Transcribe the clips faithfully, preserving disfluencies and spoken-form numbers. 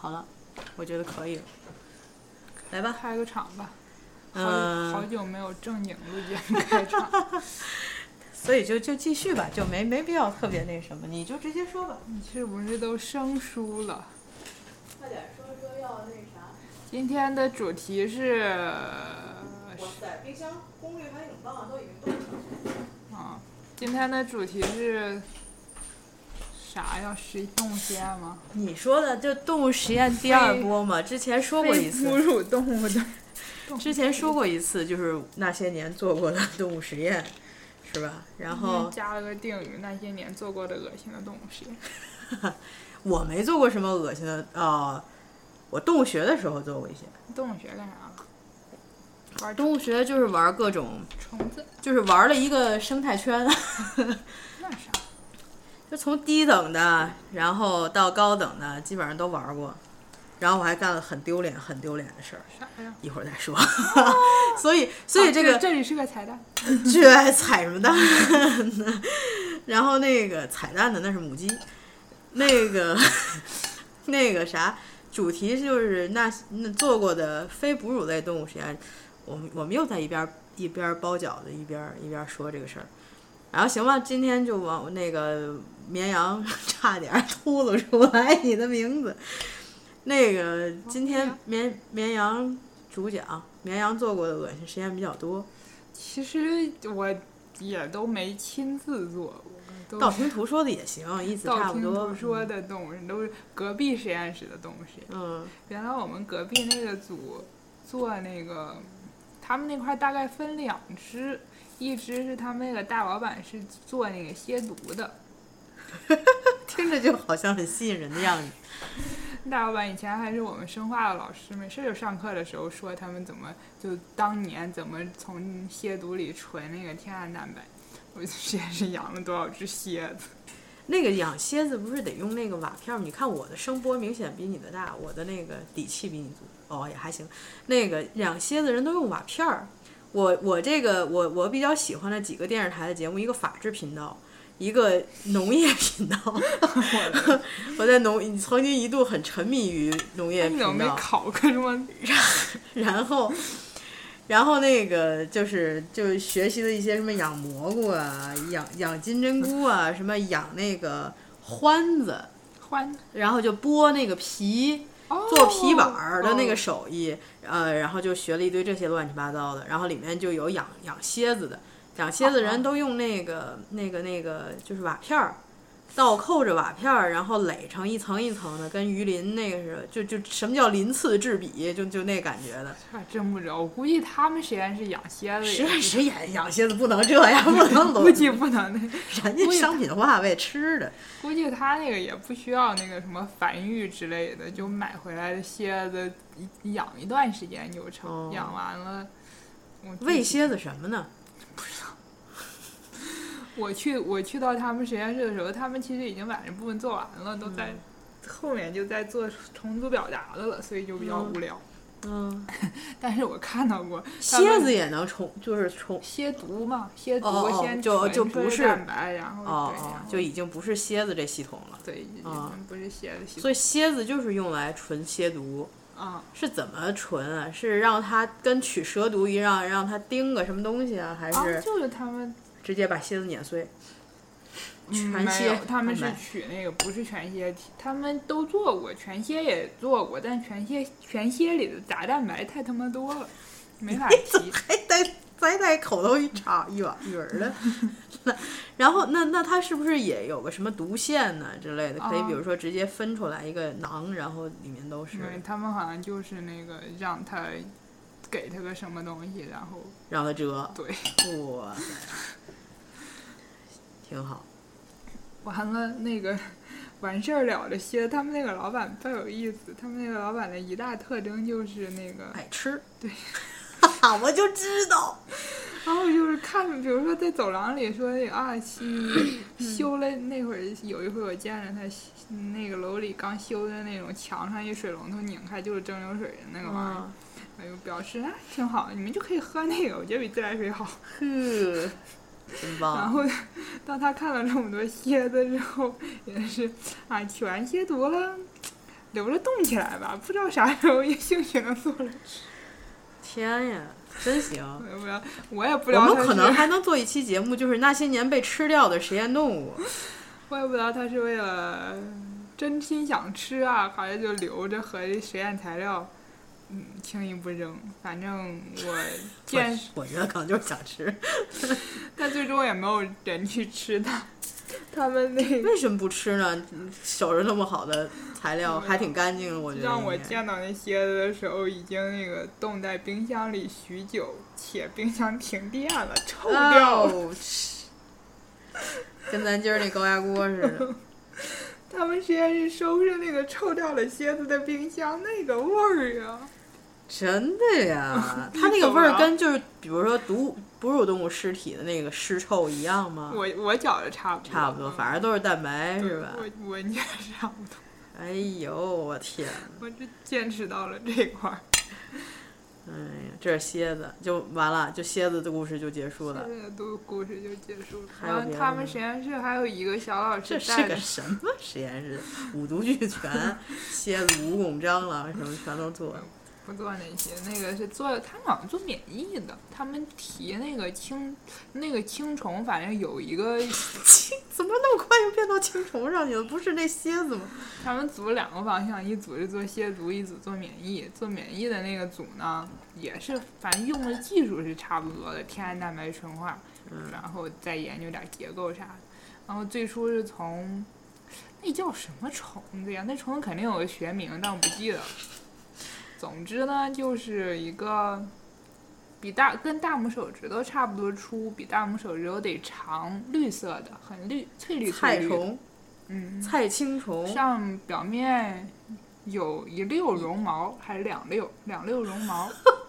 好了，我觉得可以了。来吧， 开个场吧。 嗯、 好, 好久没有正经录节目开场。 所以就就继续吧，就没没必要特别那什么，你就直接说吧。 你是不是都生疏了？ 快点说说要那啥。 今天的主题是， 哇塞，冰箱功率还挺棒，都已经冻了。 啊，今天的主题是啥呀？是动物实验吗？ 你说的就动物实验第二波嘛，之前说过一次。 哺乳动物的。 之前说过一次，就是那些年做过的动物实验，是吧？然后加了个定语，那些年做过的恶心的动物实验。 我没做过什么恶心的啊、呃，我动物学的时候做过一些。 动物学干啥了？ 玩动物学就是玩各种虫子， 就是玩了一个生态圈。 那啥？ 就从低等的，然后到高等的，基本上都玩过。然后我还干了很丢脸、很丢脸的事儿， 啥呀？ 一会儿再说。所以，所以这个、 啊、这, 这里是个彩蛋。 这还彩什么蛋呢？然后那个彩蛋的那是母鸡，那个那个啥，主题就是那那做过的非哺乳类动物实验。我们我们又在一边一边包饺子一边一边说这个事儿。然后行吧，今天就往那个绵羊差点秃噜出来你的名字。那个今天绵绵羊主讲，绵羊做过的恶心实验比较多。 其实我也都没亲自做过， 道听途说的也行，意思差不多。 道听途说的动物人都是隔壁实验室的动物实验。 嗯， 原来我们隔壁那个组做那个，他们那块大概分两支，一支是他们那个大老板是做那个蝎毒的， 听着就好像很吸引人的样子。 大老板以前还是我们生化的老师，没事就上课的时候说他们怎么就当年怎么从蝎毒里纯那个天然蛋白。我实验室养了多少只蝎子？ 那个养蝎子不是得用那个瓦片？你看我的声波明显比你的大，我的那个底气比你足，哦也还行。那个养蝎子人都用瓦片儿。我我这个我我比较喜欢的几个电视台的节目，一个法制频道。一个农业频道，我在农曾经一度很沉迷于农业频道。 你怎么没考个什么？ 然后，然后那个就是就学习了一些什么养蘑菇啊，养养金针菇啊，什么养那个獾子， 獾， 然后就剥那个皮。 哦、 做皮板的那个手艺，哦、呃，然后就学了一堆这些乱七八糟的，然后里面就有养养蝎子的。养蝎子人都用那个那个那个就是瓦片儿，倒扣着瓦片儿，然后垒成一层一层的，跟鱼鳞那个似的，就就什么叫鳞次栉比，就就那感觉的。 还真不知道，我估计他们实验室养蝎子， 实验室养养蝎子不能这样，不能估计不能那，人家商品化为吃的。 估计他那个也不需要那个什么繁育之类的，就买回来的蝎子养一段时间就成，哦、养完了。 喂蝎子什么呢？ 不知道。我去我去到他们实验室的时候，他们其实已经把这部分做完了，都在、嗯、后面就在做重组表达的了，所以就比较无聊。 嗯， 但是我看到过蝎子也能重，就是重蝎毒嘛，蝎毒哦先就就不是蛋白，然后哦对，然后就已经不是蝎子这系统了。 对，已经不是蝎子系统。 所以蝎子就是用来纯蝎毒。 啊、嗯， 是怎么纯啊？是让它跟取蛇毒一样，让它叮个什么东西啊？还是、 啊、就是他们直接把蝎子碾碎？全蝎、嗯，他们是取那个不是全蝎体，他们都做过，全蝎也做过，但全蝎全蝎里的杂蛋白太他妈多了，没法提。 还带再带口头一场一碗语儿的。然后那那它是不是也有个什么毒腺呢之类的？可以比如说直接分出来一个囊，然后里面都是。 对，他们好像就是那个让他给他个什么东西，然后让他折。 对， 哇塞，挺好。 完了，那个完事儿了的蝎，他们那个老板特有意思。他们那个老板的一大特征就是那个爱吃。 对， 我就知道。 然后就是看，比如说在走廊里说啊，修了那会儿有一回我见着他那个楼里刚修的那种墙上一水龙头拧开就是蒸馏水的那个玩意儿，我就表示啊挺好，你们就可以喝那个，我觉得比自来水好。 呵。真棒。 然后当他看了这么多蝎子之后，也是啊，取完蝎毒了， 留着冻起来吧，不知道啥时候也兴许能做了吃。 天呀，真行！ 我也不知道，我也不知道。 我们可能还能做一期节目，就是那些年被吃掉的实验动物。 我也不知道他是为了真心想吃啊，还是就留着和实验材料，嗯，轻易不扔。反正我见， 我, 我觉得可能就是想吃， 但最终也没有人去吃它。他们那为什么不吃呢？守着那么好的材料，还挺干净的，我觉得。 让我见到那蝎子的时候，已经那个冻在冰箱里许久，且冰箱停电了，臭掉了。哦， 跟咱今儿那高压锅似的。 他们实验室收拾那个臭掉了蝎子的冰箱，那个味儿呀！ 真的呀，它那个味儿跟就是比如说毒哺乳动物尸体的那个尸臭一样吗？ 我我觉着差不多， 差不多，反正都是蛋白，是吧？ 我闻起来差不多。 哎呦，我天！ 我这坚持到了这块儿。 哎呀，这是蝎子，就完了，就蝎子的故事就结束了。 蝎子的故事就结束了。 还有别的吗？ 他们实验室还有一个小老师。 这是个什么实验室？五毒俱全，蝎子、蜈蚣、蟑螂什么全都做。 不做那些，那个是做他们好像做免疫的，他们提那个青那个青虫，反正有一个青怎么那么快就变到青虫上去了？不是那蝎子吗？ 他们组两个方向，一组是做蝎族，一组做免疫。做免疫的那个组呢，也是反正用的技术是差不多的，天然蛋白纯化， 嗯、 然后再研究点结构啥的。然后最初是从那叫什么虫子呀？那虫子肯定有个学名，但我不记得了。总之呢，就是一个比大跟大拇手指头差不多粗，比大拇手指头得长，绿色的，很绿，翠绿翠绿。 菜虫， 嗯， 菜青虫。 上表面有一溜绒毛，还是两溜，两溜绒毛。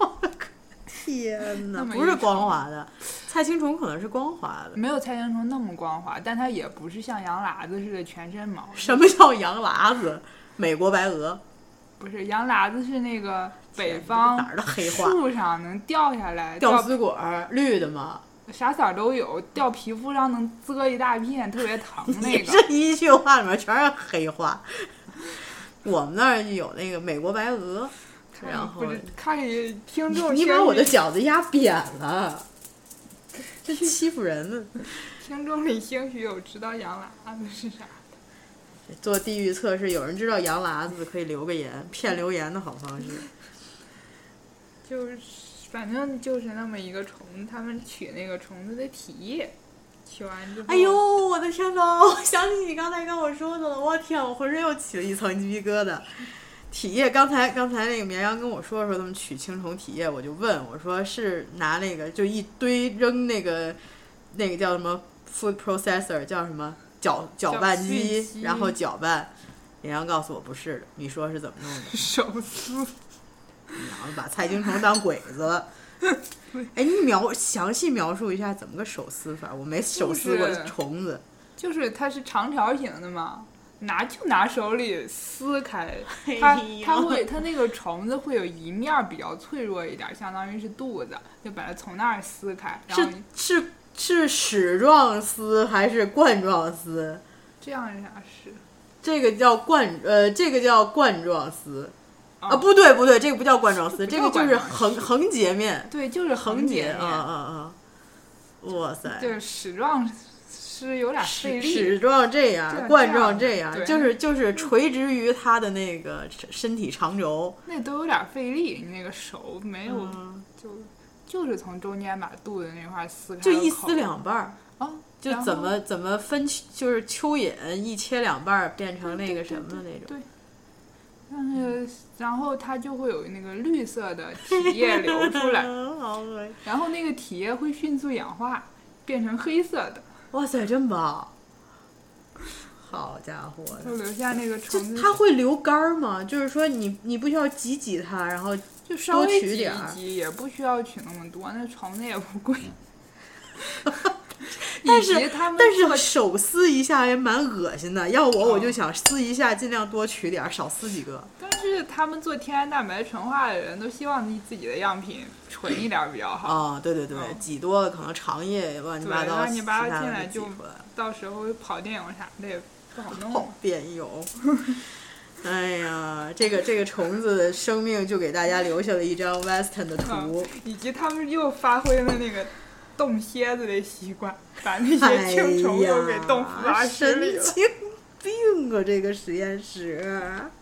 天哪，不是光滑的，菜青虫可能是光滑的。 没有菜青虫那么光滑，但它也不是像羊喇子似的全身毛。 什么叫羊喇子？美国白鹅。 不是，羊喇子是那个北方哪儿的黑话？ 树上能掉下来， 掉丝果儿，绿的吗？ 啥色都有，掉皮肤上能啧一大片，特别疼那个。 这一句话里面全是黑话。我们那儿有那个美国白鹅，然后看听众， 你把我的饺子压扁了，这欺负人呢。 听众里兴许有知道羊喇子是啥。 做地域测试，有人知道羊喇子可以留个言，骗留言的好方式。 就是反正就是那么一个虫子，他们取那个虫子的体液，取完之后， 哎呦我的天哪！我想起你刚才跟我说的了，我天，我浑身又起了一层鸡皮疙瘩。体液，刚才刚才那个绵羊跟我说说他们取青虫体液，我就问我说是拿那个就一堆扔那个那个叫什么 food processor 叫什么？搅搅拌机，然后搅拌。绵羊告诉我不是的，你说是怎么弄的？ 手撕。 然后把菜青虫当鬼子了。哎，你描详细描述一下怎么个手撕法？我没手撕过虫子。 就是、就是它是长条形的嘛，拿就拿手里撕开，它它会它那个虫子会有一面比较脆弱一点，相当于是肚子，就把它从那儿撕开。然后是是。是矢状丝还是冠状丝？ 这样是啥丝？ 这个叫冠呃，这个叫冠状丝。啊，不对不对，这个不叫冠状丝，这个就是横横截面。 对，就是横截面。 啊啊啊！哇塞！ 就是矢状丝有点费力。 矢状这样，冠状这样，就是就是垂直于它的那个身体长轴。 那都有点费力，你那个手没有、嗯、就。就是从中间把肚子那块撕开， 就一撕两半儿啊， 就怎么怎么分，就是蚯蚓一切两半儿变成那个什么那种。 对，然后然后它就会有那个绿色的体液流出来，然后那个体液会迅速氧化，变成黑色的。 哇塞，真棒！好家伙的！ 就留下那个虫子。 它会留干儿吗？就是说你你不需要挤挤它，然后。 就稍微挤一挤，也不需要取那么多，那虫子也不贵。 但是但是手撕一下也蛮恶心的，要我我就想撕一下，尽量多取点，少撕几个。 但是他们做天然蛋白纯化的人都希望自己的样品纯一点比较好。 哦，对对对，嗯、挤多了可能肠液乱七八糟， 乱七八糟进来就到时候跑电泳啥的也不好弄。 跑电泳。 哎呀，这个这个虫子的生命就给大家留下了一张 Weston 的图、 嗯，以及他们又发挥了那个冻蝎子的习惯，把那些青虫又给冻死瓦室里了。 神经病啊！这个实验室。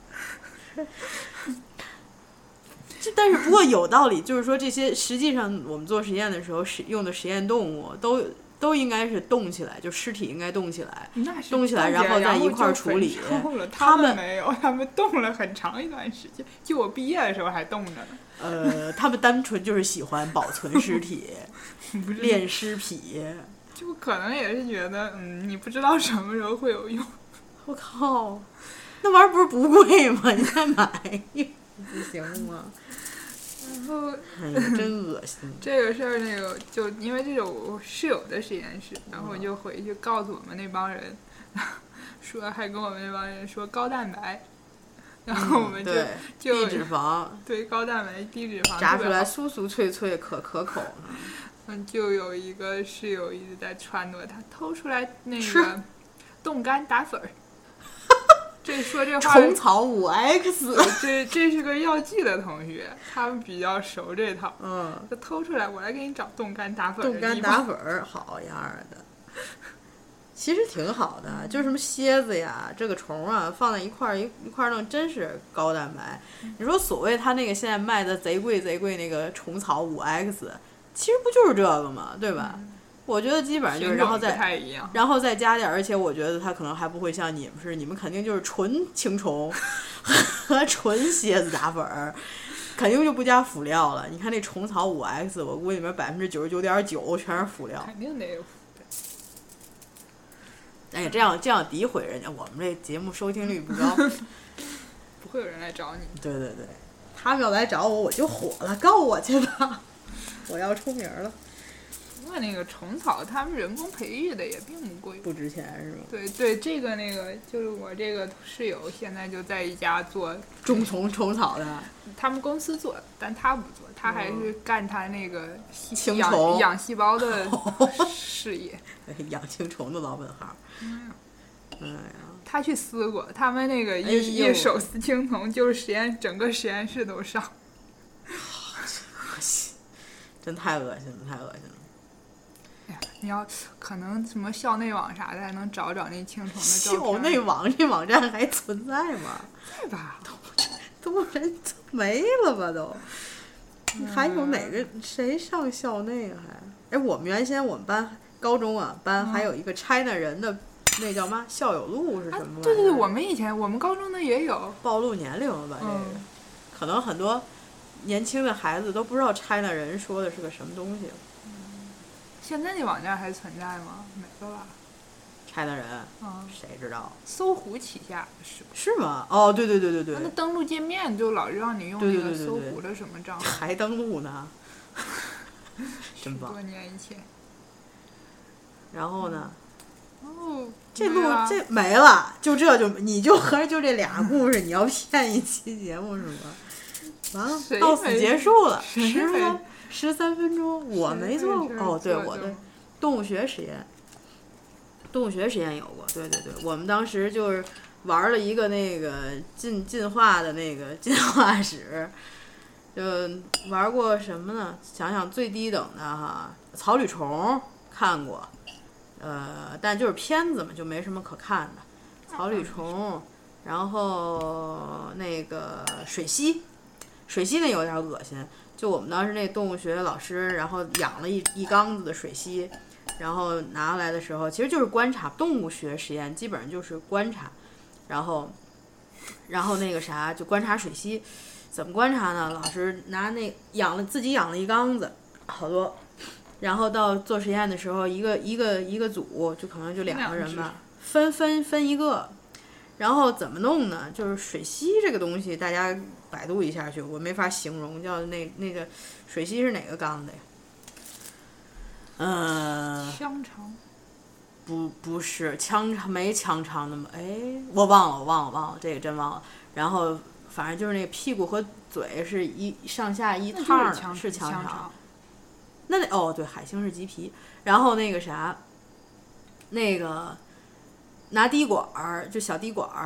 这但是不过有道理，就是说这些实际上我们做实验的时候，使用的实验动物都都应该是冻起来，就尸体应该冻起来，冻起来然后再一块处理。 他们没有，他们冻了很长一段时间，就我毕业的时候还冻着呢。 呃，他们单纯就是喜欢保存尸体，练尸癖， 就可能也是觉得，嗯，你不知道什么时候会有用。 我靠，那玩意儿不是不贵吗？你再买一不行吗？ 然后， 哎呀，真恶心！ 这个事儿，那个就因为这是我室友的实验室，然后我就回去告诉我们那帮人，说还跟我们那帮人说高蛋白，然后我们就、 嗯、 就低脂肪， 对高蛋白低脂肪， 炸出来酥酥脆脆可可口。 嗯，就有一个室友一直在撺掇他偷出来那个冻干打粉儿。这说这话， 虫草五 X， 这这是个药剂的同学，他们比较熟这套。 嗯， 他偷出来，我来给你找冻干打粉。 冻干打粉儿，好样的。其实挺好的，就是什么蝎子呀，这个虫啊，放在一块儿一一块儿弄，真是高蛋白。你说所谓他那个现在卖的贼贵贼贵那个虫草五 X， 其实不就是这个吗？对吧？嗯，我觉得基本上就是，然后再然后再加点，而且我觉得它可能还不会像你们似的，你们肯定就是纯青虫和纯蝎子打粉儿，肯定就不加辅料了。你看那虫草五 X， 我估计里面百分之九十九点九全是辅料， 肯定得有。 哎呀，这样这样诋毁人家，我们这节目收听率不高， 不会有人来找你。 对对对，他们要来找我，我就火了，告我去吧，我要出名了。 不过那个虫草，他们人工培育的也并不贵， 不值钱是吧？ 对对，这个那个就是我这个室友现在就在一家做种虫虫草的， 他们公司做，但他不做，他还是干他那个青养养细胞的事业， 养青虫的老本行。嗯，哎呀， 他去撕过，他们那个一、哎、一手撕青虫，就是实验整个实验室都上， 恶心，真太恶心了，太恶心了。 哎呀，你要可能什么校内网啥的，还能找找那青虫的照片。 校内网这网站还存在吗？ 对吧？ 都都人没了吧都？嗯、还有哪个谁上校内还？哎，我们原先我们班高中啊班还有一个 China 人的，那叫嘛校友录是什么、啊？ 对对对，我们以前我们高中的也有。 暴露年龄了吧？这个、 嗯、 可能很多年轻的孩子都不知道 China 人说的是个什么东西。 现在那网站还存在吗？没了吧。 China 人， 嗯， 谁知道？ 搜狐旗下是是吗？哦，对对对对对。 那登录界面就老让你用那个搜狐的什么账号？ 对对对对对还登录呢，真棒。 十多年以前。然后呢？ 哦， 这录这没了，就这就你就合着就这俩故事，你要骗一期节目是吗？完了，到此结束了，十分。十三分钟，我没做过。哦，对，我的动物学实验，动物学实验有过。对对对，我们当时就是玩了一个那个进进化的那个进化史，就玩过什么呢？想想最低等的哈，草履虫看过，呃，但就是片子嘛，就没什么可看的。草履虫，然后那个水螅，水螅那有点恶心。就我们当时那动物学老师，然后养了一一缸子的水螅，然后拿来的时候，其实就是观察。动物学实验基本上就是观察，然后，然后那个啥，就观察水螅，怎么观察呢？老师拿那养了自己养了一缸子，好多，然后到做实验的时候，一个一个一个组，就可能就两个人吧，分分分一个。然后怎么弄呢？就是水螅这个东西，大家百度一下去，我没法形容。叫那那个水螅是哪个缸的呀？呃， 香肠？ 不不是香肠，没香肠那么哎，我忘了，我忘了，忘了，这个真忘了。然后反正就是那个屁股和嘴是一上下一趟的，是香肠。那那哦对，海星是鸡皮。然后那个啥，那个。拿滴管儿，就小滴管儿，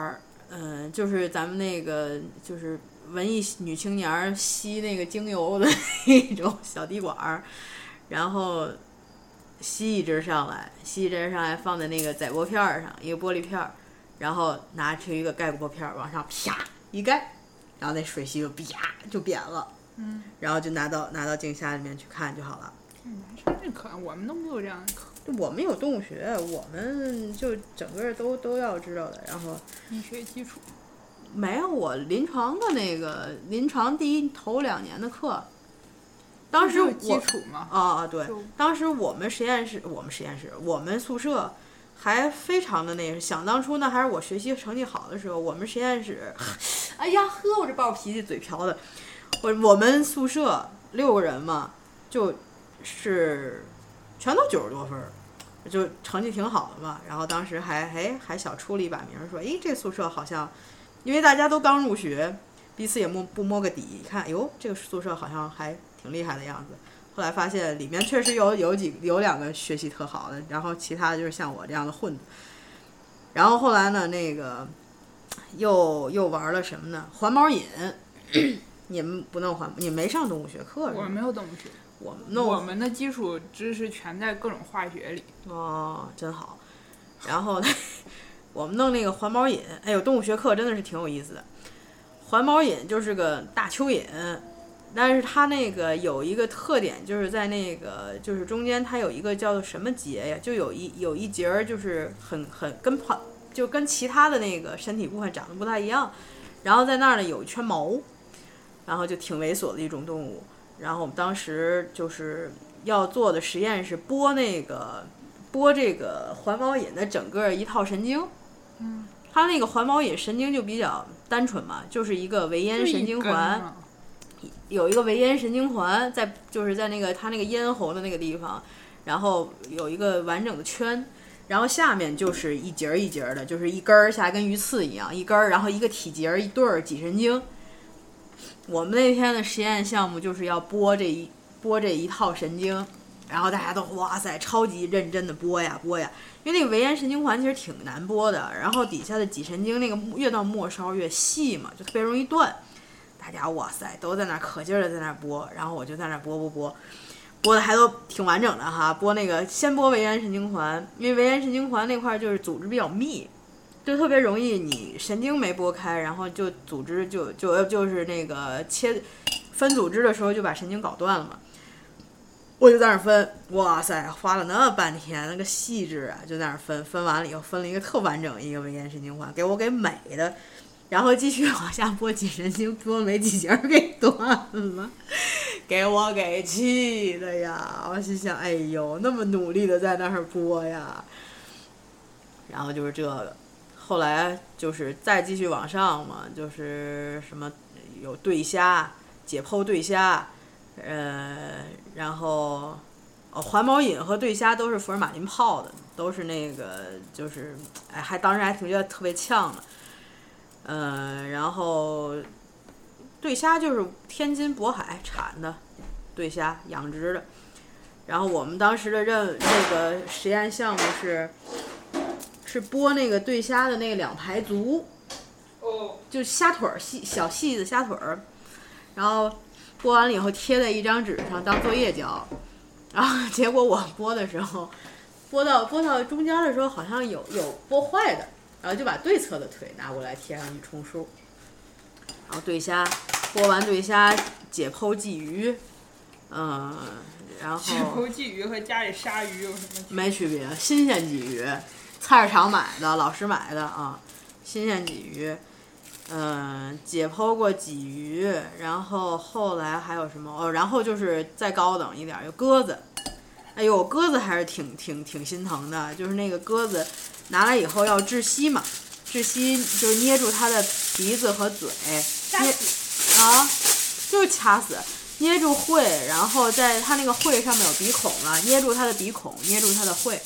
嗯、呃，就是咱们那个就是文艺女青年吸那个精油的那种小滴管儿，然后吸一支上来，吸一支上来放在那个载玻片上，一个玻璃片，然后拿出一个盖玻片往上啪一盖，然后那水吸就啪就扁了， 嗯， 然后就拿到拿到镜下里面去看就好了。 嗯，这课我们都没有这样的课。 我们有动物学，我们就整个都都要知道的。然后医学基础没有我临床的那个临床第一头两年的课，当时我基础嘛啊啊对，当时我们实验室我们实验室我们宿舍还非常的那个，想当初呢还是我学习成绩好的时候，我们实验室，哎呀呵，我这暴脾气嘴瓢的，我我们宿舍六个人嘛，就是全都九十多分。就成绩挺好的嘛，然后当时还哎还小出了一把名，说哎这宿舍好像，因为大家都刚入学，彼此也摸不摸个底，一看哟这个宿舍好像还挺厉害的样子。后来发现里面确实有有几有两个学习特好的，然后其他的就是像我这样的混子。然后后来呢，那个又又玩了什么呢？环毛饮，你们不弄环，你没上动物学课是吧？ 我没有动物学。 我们弄我们的基础知识全在各种化学里。 哦，真好。然后我们弄那个环毛饮，哎呦，动物学课真的是挺有意思的。环毛饮就是个大蚯蚓，但是它那个有一个特点，就是在那个就是中间它有一个叫做什么节呀，就有一有一节就是很很跟跑就跟其他的那个身体部分长得不太一样，然后在那儿呢有一圈毛，然后就挺猥琐的一种动物。然后我们当时就是要做的实验是剥那个剥这个环毛饮的整个一套神经。 嗯， 它那个环毛饮神经就比较单纯嘛，就是一个维咽神经环，有一个维咽神经环在就是在那个它那个咽喉的那个地方，然后有一个完整的圈，然后下面就是一节一节的，就是一根儿下跟鱼刺一样一根儿，然后一个体节一对儿脊神经。我们那天的实验项目就是要剥这一剥这一套神经，然后大家都哇塞超级认真的剥呀剥呀，因为那个维咽神经环其实挺难剥的，然后底下的脊神经那个越到末梢越细嘛，就特别容易断。大家哇塞都在那可劲儿的在那剥，然后我就在那剥剥剥，剥的还都挺完整的哈。剥那个先剥维咽神经环，因为维咽神经环那块就是组织比较密。就特别容易，你神经没拨开，然后就组织就就就是那个切分组织的时候就把神经搞断了嘛。我就在那儿分，哇塞，花了那半天，那个细致啊，就在那儿分，分完了以后分了一个特完整一个维咽神经环，给我给美的，然后继续往下拨脊神经，拨没几节给断了，给我给气的呀！我心想，哎呦，那么努力的在那儿拨呀，然后就是这个。后来就是再继续往上嘛，就是什么有对虾、解剖对虾，呃，然后哦环毛饮和对虾都是福尔马林泡的，都是那个就是哎还当时还挺觉得特别呛的，呃，然后对虾就是天津渤海产的对虾养殖的，然后我们当时的任这个实验项目是。是剥那个对虾的那两排足， 哦， 就虾腿儿细小细的虾腿儿，然后剥完了以后贴在一张纸上当作业交，然后结果我剥的时候，剥到剥到中间的时候好像有有剥坏的，然后就把对侧的腿拿过来贴上去充数，然后对虾剥完对虾解剖鲫鱼，嗯，然后解剖鲫鱼和家里杀鱼有什么区别？ 没区别，新鲜鲫鱼。菜市场买的，老师买的啊，新鲜鲫鱼，嗯、呃，解剖过鲫鱼，然后后来还有什么？哦，然后就是再高等一点，有鸽子。哎呦，鸽子还是挺挺挺心疼的，就是那个鸽子拿来以后要窒息嘛，窒息就是捏住它的鼻子和嘴，捏啊，就是掐死。捏住喙，然后在它那个喙上面有鼻孔了，捏住它的鼻孔，捏住它的喙。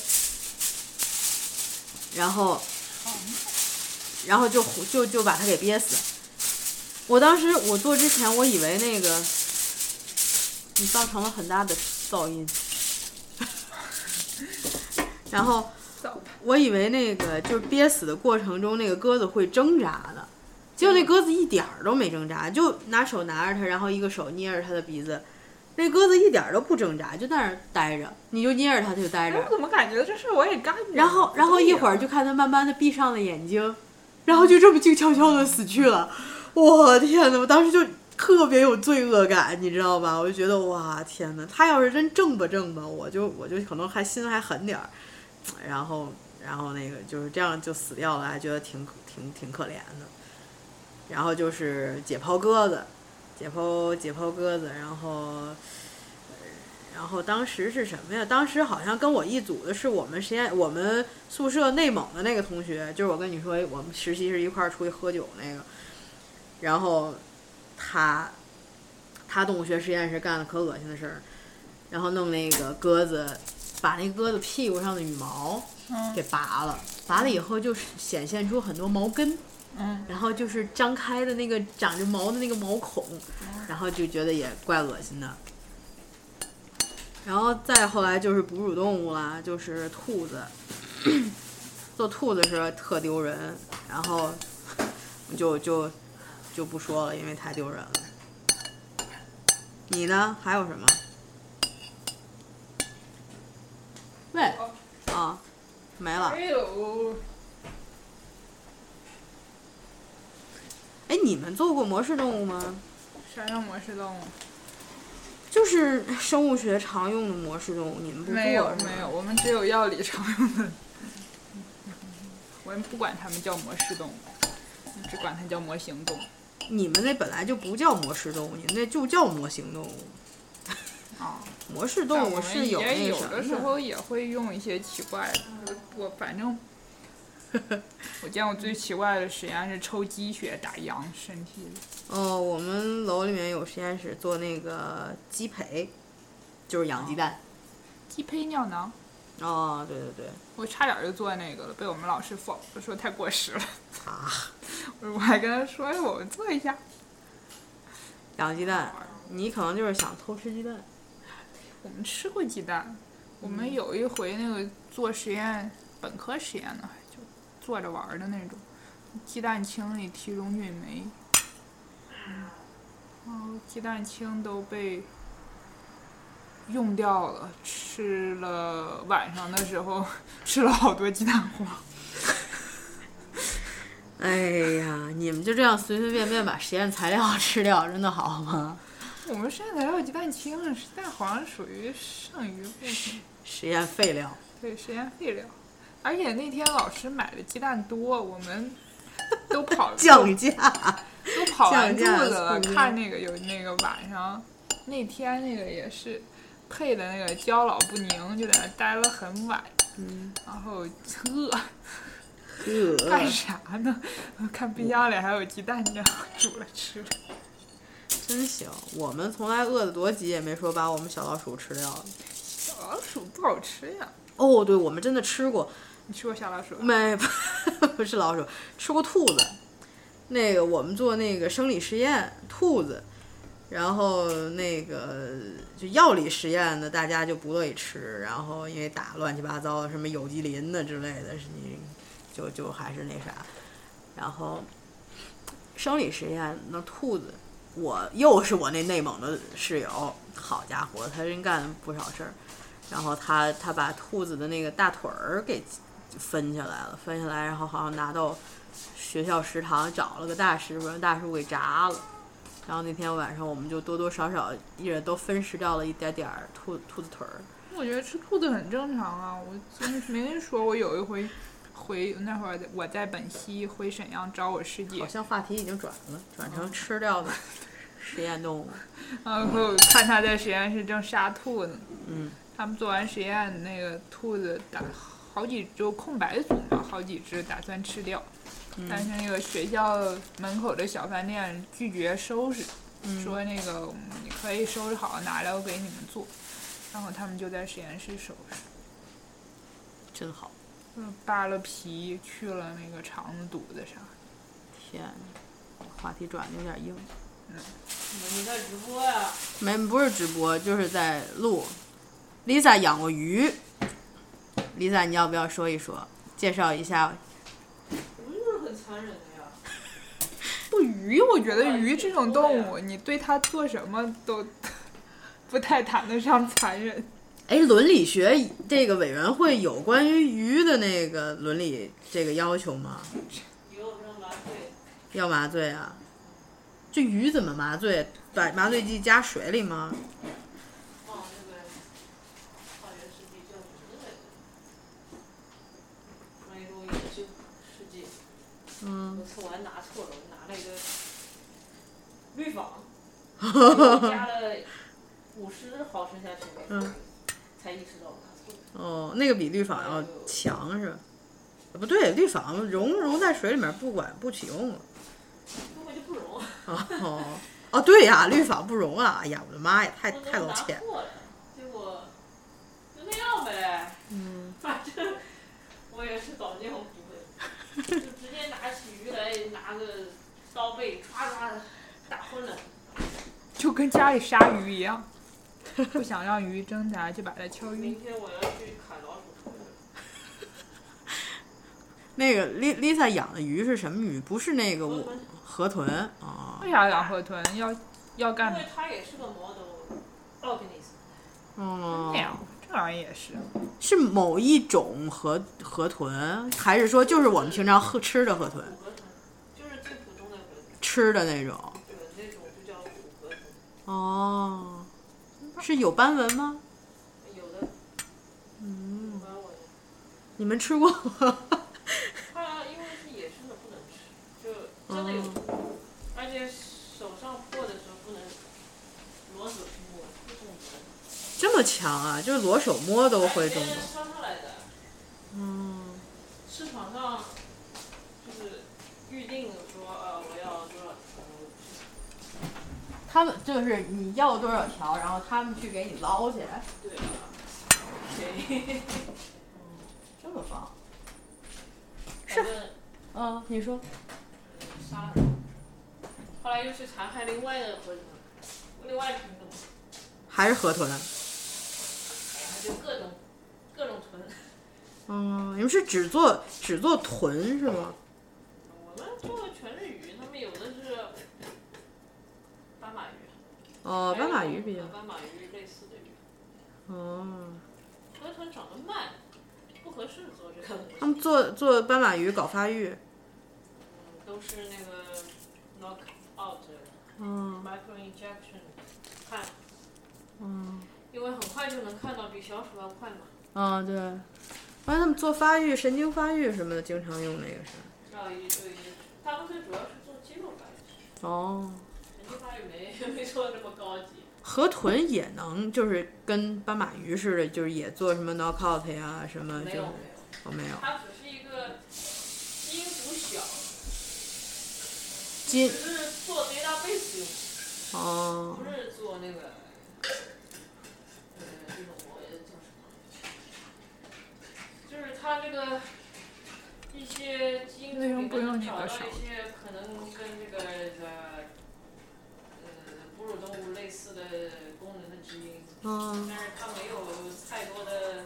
然后，然后就就就把它给憋死。我当时我做之前，我以为那个你造成了很大的噪音，然后糟蹋。 我以为那个就是憋死的过程中那个鸽子会挣扎的，结果那鸽子一点儿都没挣扎，就拿手拿着它，然后一个手捏着它的鼻子，那鸽子一点都不挣扎，就在那儿待着，你就捏着它，它就待着。 我怎么感觉这事我也干过？ 然后，然后一会儿就看它慢慢的闭上了眼睛，然后就这么静悄悄的死去了。我天哪！我当时就特别有罪恶感，你知道吧？我就觉得哇天哪，它要是真正吧正吧，我就我就可能还心还狠点儿。然后，然后那个就是这样就死掉了，还觉得挺挺挺可怜的。然后就是解剖鸽子，解剖解剖鸽子，然后，然后当时是什么呀？当时好像跟我一组的是我们实验，我们宿舍内蒙的那个同学，就是我跟你说我们实习是一块儿出去喝酒那个，然后他他动物学实验室干了可恶心的事儿，然后弄那个鸽子，把那鸽子屁股上的羽毛给拔了，拔了以后就显现出很多毛根。 嗯， 然后就是张开的那个长着毛的那个毛孔，然后就觉得也怪恶心的。然后再后来就是哺乳动物啦，就是兔子，做兔子是特丢人，然后就就就不说了，因为太丢人了。你呢？还有什么？喂，啊，没了。 没有。 哎，你们做过模式动物吗？ 啥叫模式动物？ 就是生物学常用的模式动物，你们不做？ 没有没有，我们只有药理常用的。我们不管它们叫模式动物，只管它叫模型动物。 你们那本来就不叫模式动物，你们那就叫模型动物。 啊， 模式动物是有那有的时候也会用一些奇怪的，我反正。我见过最奇怪的实验是抽鸡血打羊身体里。 哦，我们楼里面有实验室做那个鸡培，就是养鸡蛋。 鸡胚尿囊。 哦，对对对。 我差点就做那个了，被我们老师否了，说太过时了。 啊！ 我还跟他说，哎，我们做一下。 养鸡蛋，你可能就是想偷吃鸡蛋。 我们吃过鸡蛋，我们有一回那个做实验，本科实验呢。坐着玩的那种，鸡蛋清里提溶菌酶，然后鸡蛋清都被用掉了，吃了晚上的时候吃了好多鸡蛋黄。 哎呀，你们就这样随随便便把实验材料吃掉，真的好吗？ 我们实验材料鸡蛋清，但好像属于剩余部分。 实验废料。 对，实验废料。而且那天老师买的鸡蛋多，我们都跑降价， 都跑完肚子了。看那个有那个晚上那天那个也是配的那个焦老不宁，就在那待了很晚。 嗯， 然后饿， 饿干啥呢？看冰箱里还有鸡蛋，这样煮了吃了。 真行，我们从来饿得多急也没说把我们小老鼠吃掉了。 小老鼠不好吃呀。 哦，对，我们真的吃过。 你吃过小老鼠？ 没，不是老鼠，吃过兔子。那个我们做那个生理实验，兔子，然后那个就药理实验的，大家就不乐意吃，然后因为打乱七八糟的什么有机磷的之类的，是你就就还是那啥。然后生理实验那兔子，我又是我那内蒙的室友，好家伙，他真干了不少事儿。然后他他把兔子的那个大腿儿给分下来了，分下来，然后好像拿到学校食堂找了个大师傅，让大师傅给炸了。然后那天晚上我们就多多少少一人都分食掉了一点点兔兔子腿儿。 我觉得吃兔子很正常啊，我真没跟你说，我有一回回那会儿我在本溪回沈阳找我师姐， 好像话题已经转了，转成吃掉的实验动物。 然后看他在实验室正杀兔呢。 嗯。 他们做完实验，那个兔子打好几就空白组嘛，好几只打算吃掉， 嗯、 但是那个学校门口的小饭店拒绝收拾， 嗯、 说那个你可以收拾好拿来我给你们做，然后他们就在实验室收拾。 真好。 嗯，扒了皮，去了那个肠子、肚子啥。 天，话题转的有点硬。 嗯， 你在直播呀？ 没，不是直播，就是在录。Lisa 养过鱼，Lisa 你要不要说一说？ 介绍一下。 鱼是很残忍的呀。 不，鱼，我觉得鱼这种动物，你对它做什么都不太谈得上残忍。 哎，伦理学这个委员会有关于鱼的那个伦理这个要求吗？ 有让麻醉。 要麻醉啊？这鱼怎么麻醉？把麻醉剂加水里吗？ 放那个化学试剂叫什么来着？那一种研究试剂。 嗯。 有次我还拿错了，我拿了一个氯仿，加了五十毫升下去， 嗯， 才意识到我拿错了。 哦，那个比氯仿要强是吧？不对，氯仿溶溶在水里面不管不起用了。 根本就不溶。 哦哦，对呀，氯仿不溶啊！哎呀，我的妈呀，太太露怯。 结果就那样呗。 嗯。 反正我也是早见我不会，就直接拿起鱼来，拿个刀背唰唰打昏了。 就跟家里杀鱼一样，不想让鱼挣扎就把它敲晕。 明天我要去砍老鼠头。 那个 Lisa 养的鱼是什么鱼？不是那个河豚啊？ 为啥养河豚？要要干？ 因为它也是个 model organism。 哦。 那样，这玩意也是。 是某一种河河豚，还是说就是我们平常喝吃的河豚？ 虎河豚，就是最普通的河豚。 吃的那种。 对，那种就叫虎河豚。 哦。是有斑纹吗？ 有的。 嗯。 有斑纹。 你们吃过吗？ 它因为是野生的，不能吃，就真的有毒，嗯、而且手上破的时候不能裸手去摸，会中毒。 这么强啊！就是裸手摸都会中毒。 穿上来的。 嗯。 市场上就是预定说呃我要多少条。 他们就是你要多少条，然后他们去给你捞起来。 对啊。对。 嗯，这么棒。 是。 嗯，你说。 杀了。后来又去残害另外的河豚，另外一品种。 还是河豚。 就各种各种豚。 嗯，你们是只做只做豚是吗？ 我们做的全是鱼，他们有的是斑马鱼。 哦，斑马鱼比较。 斑马鱼类似的鱼。 哦。 河豚长得慢，不合适做这个东西。 他们做做斑马鱼搞发育。 嗯，都是那个 knock out。 嗯。 micro injection 看。 嗯。 因为很快就能看到，比小鼠要快嘛。 啊，对。完，他们做发育、神经发育什么的，经常用那个是。 啊，也对，他们最主要是做肌肉发育。 哦。 神经发育没没做那么高级。 河豚也能就是跟斑马鱼似的，就是也做什么 knockout 呀什么？ 没有没有。 哦，没有。 它只是一个基因组小。 基因。 只是做 database 用。 哦。 不是做那个。呃，这种我叫什么？就是它这个一些基因组里面找到一些可能跟这个呃呃哺乳动物类似的功能的基因， 嗯、 但是它没有太多的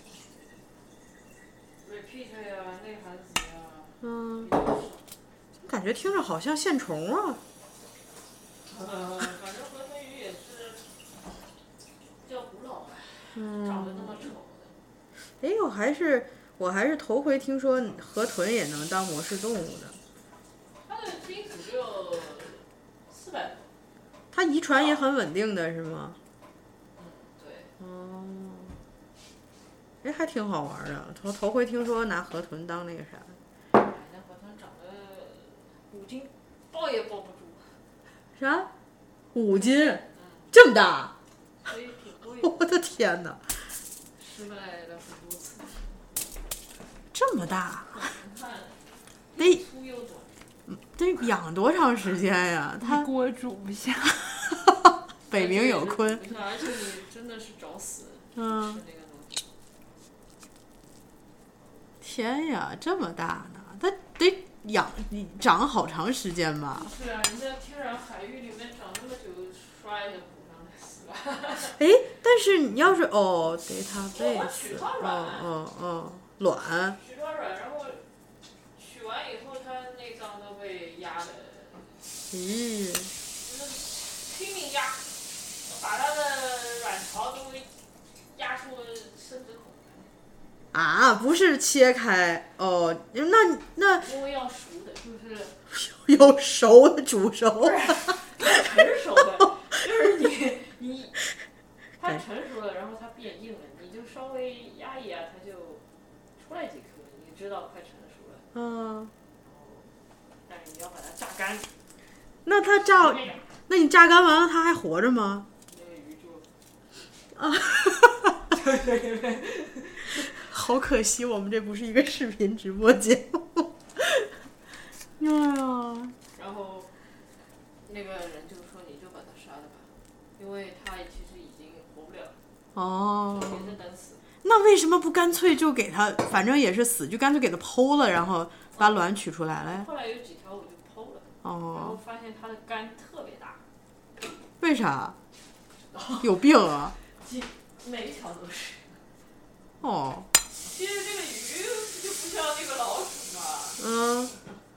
repeat 呀、内含子呀。 嗯。感觉听着好像线虫啊。 呃，反正河豚鱼也是比较古老吧，嗯、长得那么丑的。 哎，我还是我还是头回听说河豚也能当模式动物的。 它的基因组只有四百多。 它遗传也很稳定的是吗？ 嗯，对。 哦。哎，还挺好玩的，头头回听说拿河豚当那个啥。 那河豚长得五斤，抱也抱不住。 啥？五斤？ 嗯、 这么大？ 所以挺贵的。 我的天哪！ 失败了很多次。 这么大？ 得粗又短。 得养多长时间呀？它锅煮不下。 北冥有鲲。 而且你真的是找死。 嗯。 吃那个东西。 天呀，这么大呢？它得养长好长时间吧？ 是啊，你在天然海域里面长那么久，刷一下补上来死了。 哎，但是你要是哦，database，哦哦哦， 卵。 取卵卵，然后取完以后，它内脏都被压的， 咦， 就是拼命压，把它的卵巢都压出生殖孔。 啊，不是切开哦，那那因为要熟的，就是有熟的煮熟， 不是成熟的，就是你你它成熟了，然后它变硬了，你就稍微压一压，它就出来几颗，你知道快成熟了。 嗯。 但是你要把它榨干。 那它榨，那你榨干完了，它还活着吗？ 那个鱼就啊，好可惜，我们这不是一个视频直播节目。哎呀。 然后那个人就说：“你就把它杀了吧，因为它其实已经活不了了。” 哦。 也是等死。 那为什么不干脆就给它，反正也是死，就干脆给它剖了，然后把卵取出来了？ 后来有几条我就剖了， 哦。 然后发现它的肝特别大。 为啥？有病啊？ 每一条都是。 哦。 其实这个鱼就不像那个老鼠嘛。 嗯。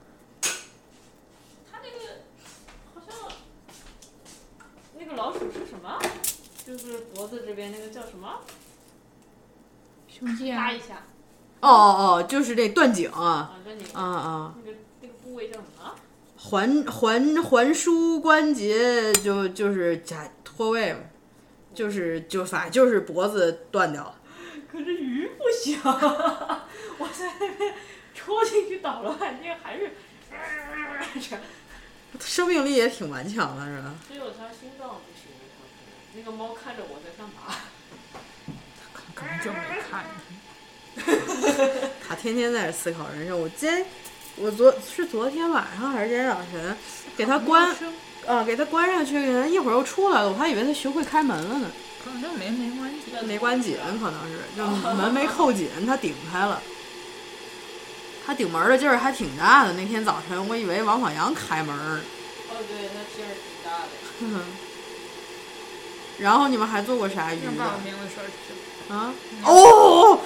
它那个好像那个老鼠是什么？就是脖子这边那个叫什么？ 胸腺。 拉一下。 哦哦，就是这断颈啊。 啊，断颈。 啊啊。 那个那个部位叫什么？ 环环环枢关节就就是假脱位嘛，就是就反正就是脖子断掉了。 可是鱼不行，我在那边戳进去捣了半天，还是， 生命力也挺顽强的，是吧？ 只有它心脏不行，那个猫看着我在干嘛？ 它可能就没看。 他天天在这思考人生。我今天，我昨是昨天晚上还是今天早晨，给他关，啊，给他关上去，给他一会儿又出来了，我还以为他学会开门了呢。 可能没没关紧， 没关紧，可能是就门没扣紧，他顶开了。他顶门的劲儿还挺大的。那天早晨，我以为王小阳开门。 哦，对，那劲儿挺大的。 嗯。然后你们还做过啥鱼的？啊？哦！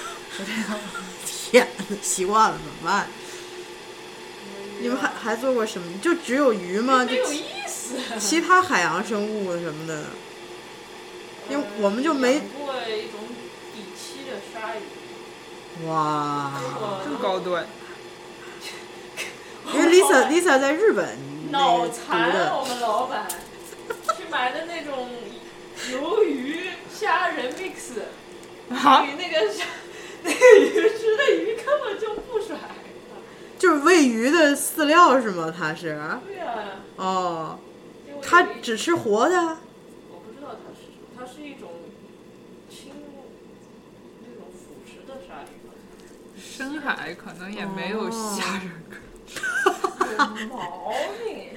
天，习惯了怎么办？你们还还做过什么？就只有鱼吗？ 没有意思。 其他海洋生物什么的。因为我们就没养过一种底栖的鲨鱼。 哇， 这么高端。 因为 Lisa Lisa 在日本脑残我们老板去买的那种鱿鱼虾仁 mix， 啊， 那个那个鱼吃的鱼根本就不甩。 就是喂鱼的饲料是吗？它是？ 对啊。 哦，它只吃活的？ 它是一种轻那种腐蚀的鲨鱼。 深海可能也没有虾仁可吃。 有毛病。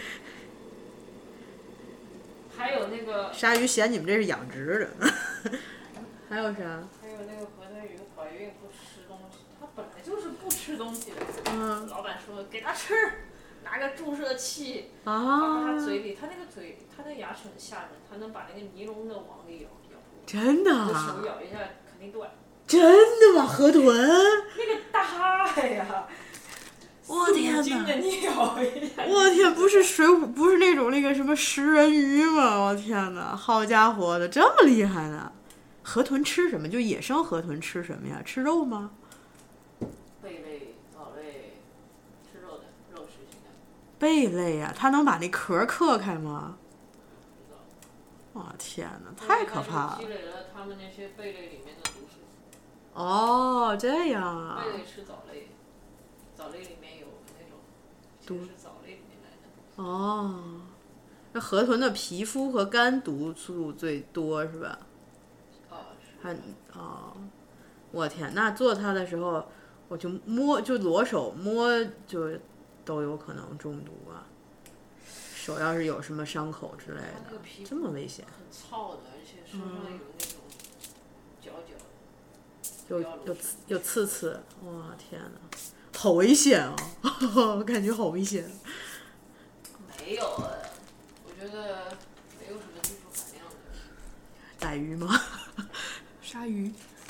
还有那个鲨鱼嫌你们这是养殖的。还有啥？ 还有那个河豚鱼怀孕不吃东西，它本来就是不吃东西的。 嗯。 老板说给它吃，拿个注射器， 啊， 放它嘴里，它那个嘴，它的牙齿很吓人，它能把那个尼龙的网给咬咬破。 真的？ 手咬一下肯定断。 真的吗？河豚？ 那个大呀！ 我天哪！ 你咬一下。 我天，不是水母，不是那种那个什么食人鱼吗？我天哪，好家伙的，这么厉害呢！河豚吃什么？就野生河豚吃什么呀？吃肉吗？ 贝类、藻类，吃肉的，肉食性的。 贝类呀、啊，它能把那壳嗑开吗？我、哦、天哪，太可怕了！ 积累了他们那些贝类里面的毒素。 哦，这样啊。 贝类吃藻类，藻类里面有那种，毒是藻类里面来的。 哦，那河豚的皮肤和肝毒素最多是吧？还哦，我天！那做它的时候，我就摸，就裸手摸，就都有可能中毒啊。手要是有什么伤口之类的，这么危险。 很糙的，而且身上有那种角角。 有有有刺刺，哇天哪，好危险啊！我感觉好危险。 没有，我觉得没有什么技术含量的。 逮鱼吗？ 鲨鱼，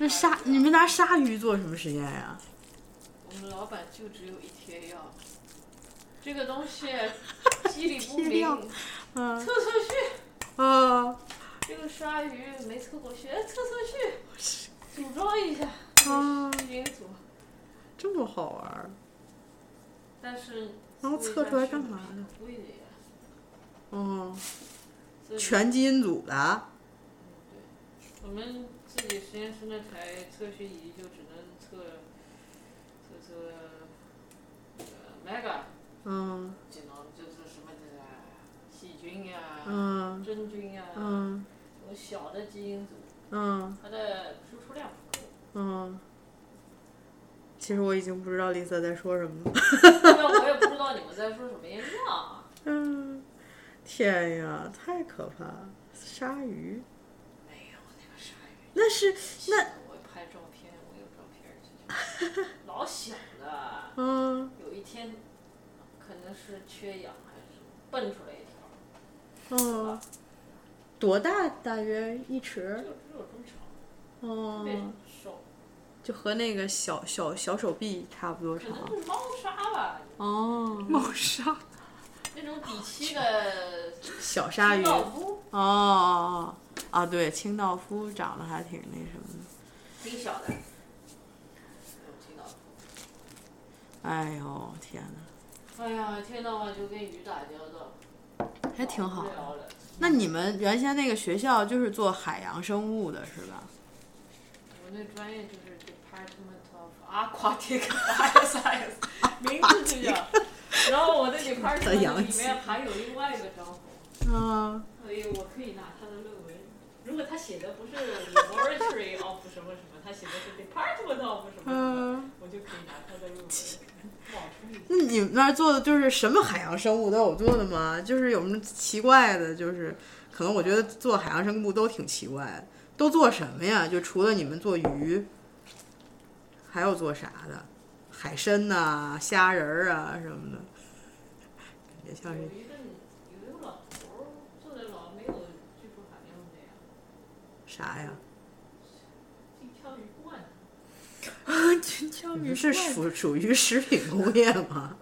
那鲨，你们拿鲨鱼做什么实验呀？ 我们老板就只有一贴药，这个东西机理不明， 嗯， 测测序。 啊， 这个鲨鱼没测过序，测测序，组装一下。 啊， 基因组。 这么好玩。 但是。 然后测出来干嘛呢？ 贵的呀。 哦。全基因组的。 嗯，对。我们自己实验室那台测序仪就只能测测测呃 mega。 嗯。 这种就是什么的细菌呀、 嗯、 真菌呀， 嗯， 这种小的基因组， 嗯， 它的输出量不够。 嗯。其实我已经不知道丽萨在说什么了。 那我也不知道你们在说什么样。 嗯，天呀，太可怕了！鲨鱼。 没有那个鲨鱼。 那是那。 我拍照片，我有照片。老小的。 嗯。 有一天，可能是缺氧还是蹦出来一条。 嗯。多大？大约一尺。 就只有这么长。 哦。 特别瘦。 就和那个小小小手臂差不多长。 可能是猫鲨吧。 哦。 猫鲨。 那种底栖的小鲨鱼。 清道夫。 哦啊，对，清道夫长得还挺那什么的。挺小的。清道夫。 哎呦天哪！ 哎呀，天到晚就跟鱼打交道。 还挺好的。那你们原先那个学校就是做海洋生物的是吧？ 我那专业就是 Department of Aquatic Bioscience， 名字就叫。然后我的 department 里面还有另外一个张红。 嗯。 所以我可以拿他的论文。如果他写的不是 Laboratory of 什么什么，他写的是 Department of 什么什么，我就可以拿他的论文冒充一下。 那你们那儿做的就是什么海洋生物都有做的吗？就是有什么奇怪的？就是可能我觉得做海洋生物都挺奇怪的。都做什么呀？就除了你们做鱼，还有做啥的？海参呐、啊、虾仁儿啊什么的，感觉像是。 有一个有一个老头做的老没有技术含量的呀。 啥呀？ 金枪鱼罐。 啊，金枪鱼是属属于食品工业吗？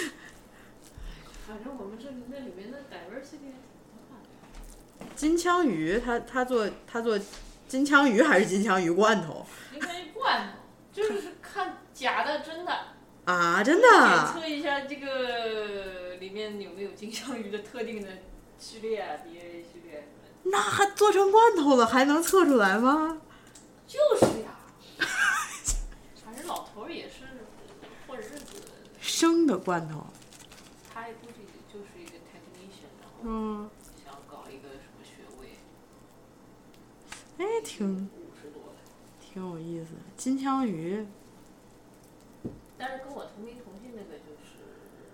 反正我们这那里面的 diversity 还挺大的。 金枪鱼，他他做他做金枪鱼还是金枪鱼罐头？ 金枪鱼罐头，就是看假的真的。 啊，真的？ 检测一下这个里面有没有金枪鱼的特定的序列啊 ，D N A 序列什么的。 那还做成罐头了，还能测出来吗？ 就是呀。反正老头也是混日子。 生的罐头。 他估计就是一个 technician， 然后嗯。 想搞一个什么学位。 哎，挺。 五十多的。 挺有意思的，金枪鱼。 但是跟我同名同姓那个就是，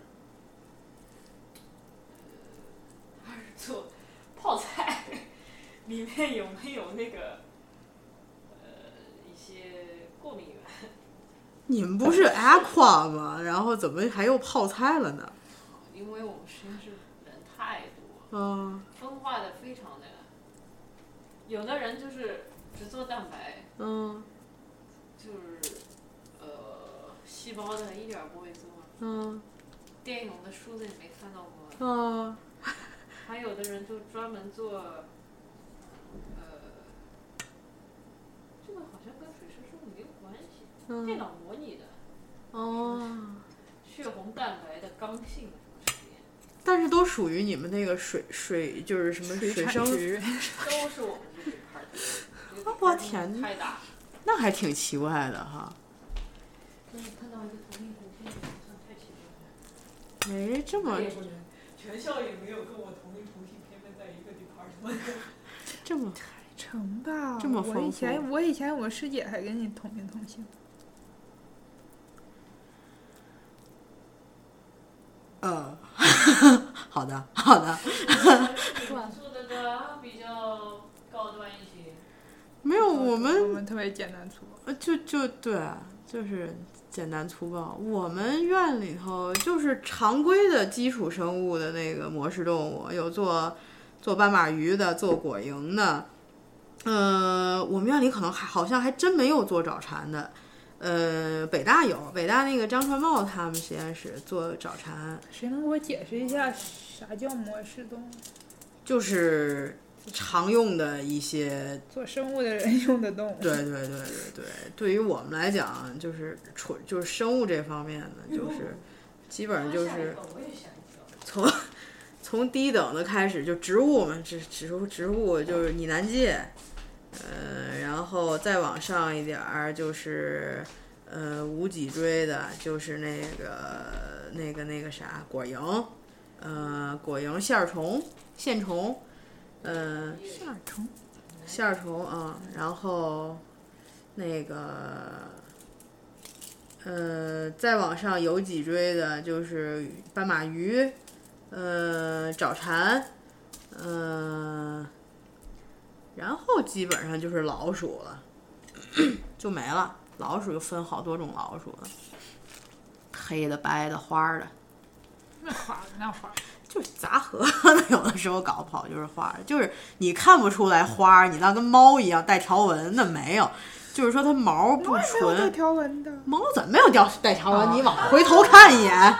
呃，他是做泡菜，里面有没有那个呃一些过敏源？ 你们不是 aqua 吗？然后怎么还又泡菜了呢？ 因为我们实验室人太多， 嗯， 分化的非常的，有的人就是只做蛋白， 嗯， 就是。细胞的一点不会做， 嗯， 电影的书子也没看到过， 嗯， 还有的人就专门做，呃，这个好像跟水生生物没有关系， 嗯、 电脑模拟的， 哦， 血红蛋白的刚性什么实验， 但是都属于你们那个水水就是什么水生， 都是我们这一块的， 我天， 太大， 那还挺奇怪的哈。 所以看到一个同名同姓的，好像太奇怪了。哎，这么。 全校也没有跟我同名同姓，偏偏在一个 department。 这么。 成吧。 这么丰富。 我以前我以前我师姐还跟你同名同姓。 呃，好的好的。 做的的比较高端一些。 没有，我们我们特别简单粗暴。 就就对，就是简单粗暴。我们院里头就是常规的基础生物的那个模式动物，有做做斑马鱼的，做果蝇的， 呃，我们院里可能还好像还真没有做早蝉的。呃，北大有，北大那个张传茂他们实验室做早蝉。 谁能给我解释一下啥叫模式动？ 就是常用的一些做生物的人用的动物。 对对对对对，对于我们来讲，就是纯就是生物这方面的，就是基本上就是从从低等的开始，就植物嘛，植植物植物就是拟南芥。呃，然后再往上一点儿就是呃无脊椎的，就是那个那个那个啥果蝇，呃果蝇线虫线虫，呃线虫线虫啊，然后那个呃再往上有脊椎的就是斑马鱼，呃早蝉，呃。然后基本上就是老鼠了，就没了。老鼠又分好多种老鼠了，黑的、白的、花的。 那花那花就是杂合的，有的时候搞不好就是花，就是你看不出来花，你那跟猫一样带条纹，那没有。就是说它毛不纯。 带条纹的。 猫怎么没有掉带条纹？哦、你往回头看一眼。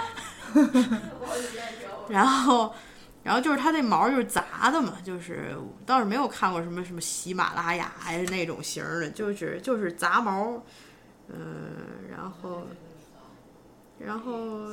然后。然后就是它那毛就是杂的嘛，就是倒是没有看过什么什么喜马拉雅呀那种型的，就是就是杂毛，嗯，然后，然后，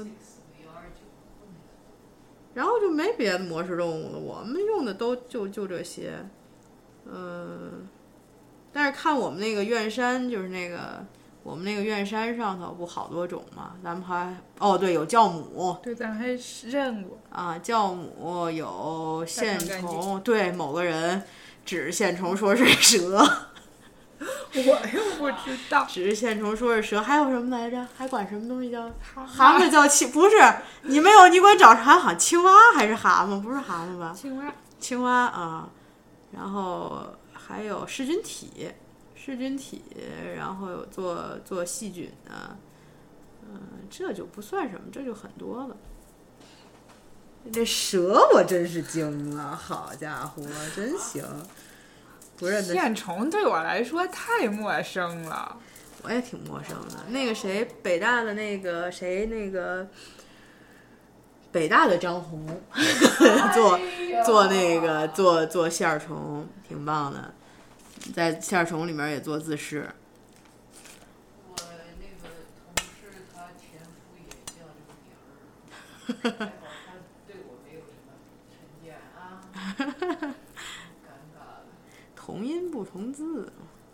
然后就没别的模式动物了，我们用的都就就这些，嗯，但是看我们那个院山就是那个。我们那个院山上头不好多种吗？咱们还哦对，有酵母， 对，咱还认过啊，酵母有线虫，对，某个人指线虫说是蛇， 我又不知道， 指线虫说是蛇，还有什么来着？还管什么东西叫蛤蟆叫青？不是，你没有，你管找啥？好像青蛙还是蛤蟆？不是蛤蟆吧？ 青蛙， 青蛙啊，然后还有噬菌体。噬菌体，然后有做做细菌的，嗯、呃，这就不算什么，这就很多了。这蛇我真是惊了，好家伙，真行！不认得。 线虫对我来说太陌生了。 我也挺陌生的。那个谁，北大的那个谁，那个北大的张红，做做那个做做线虫，挺棒的。在线虫里面也做自试。 我那个同事他前夫也叫这个名儿，还好他对我没有什么成见啊，尴尬了。 同音不同字。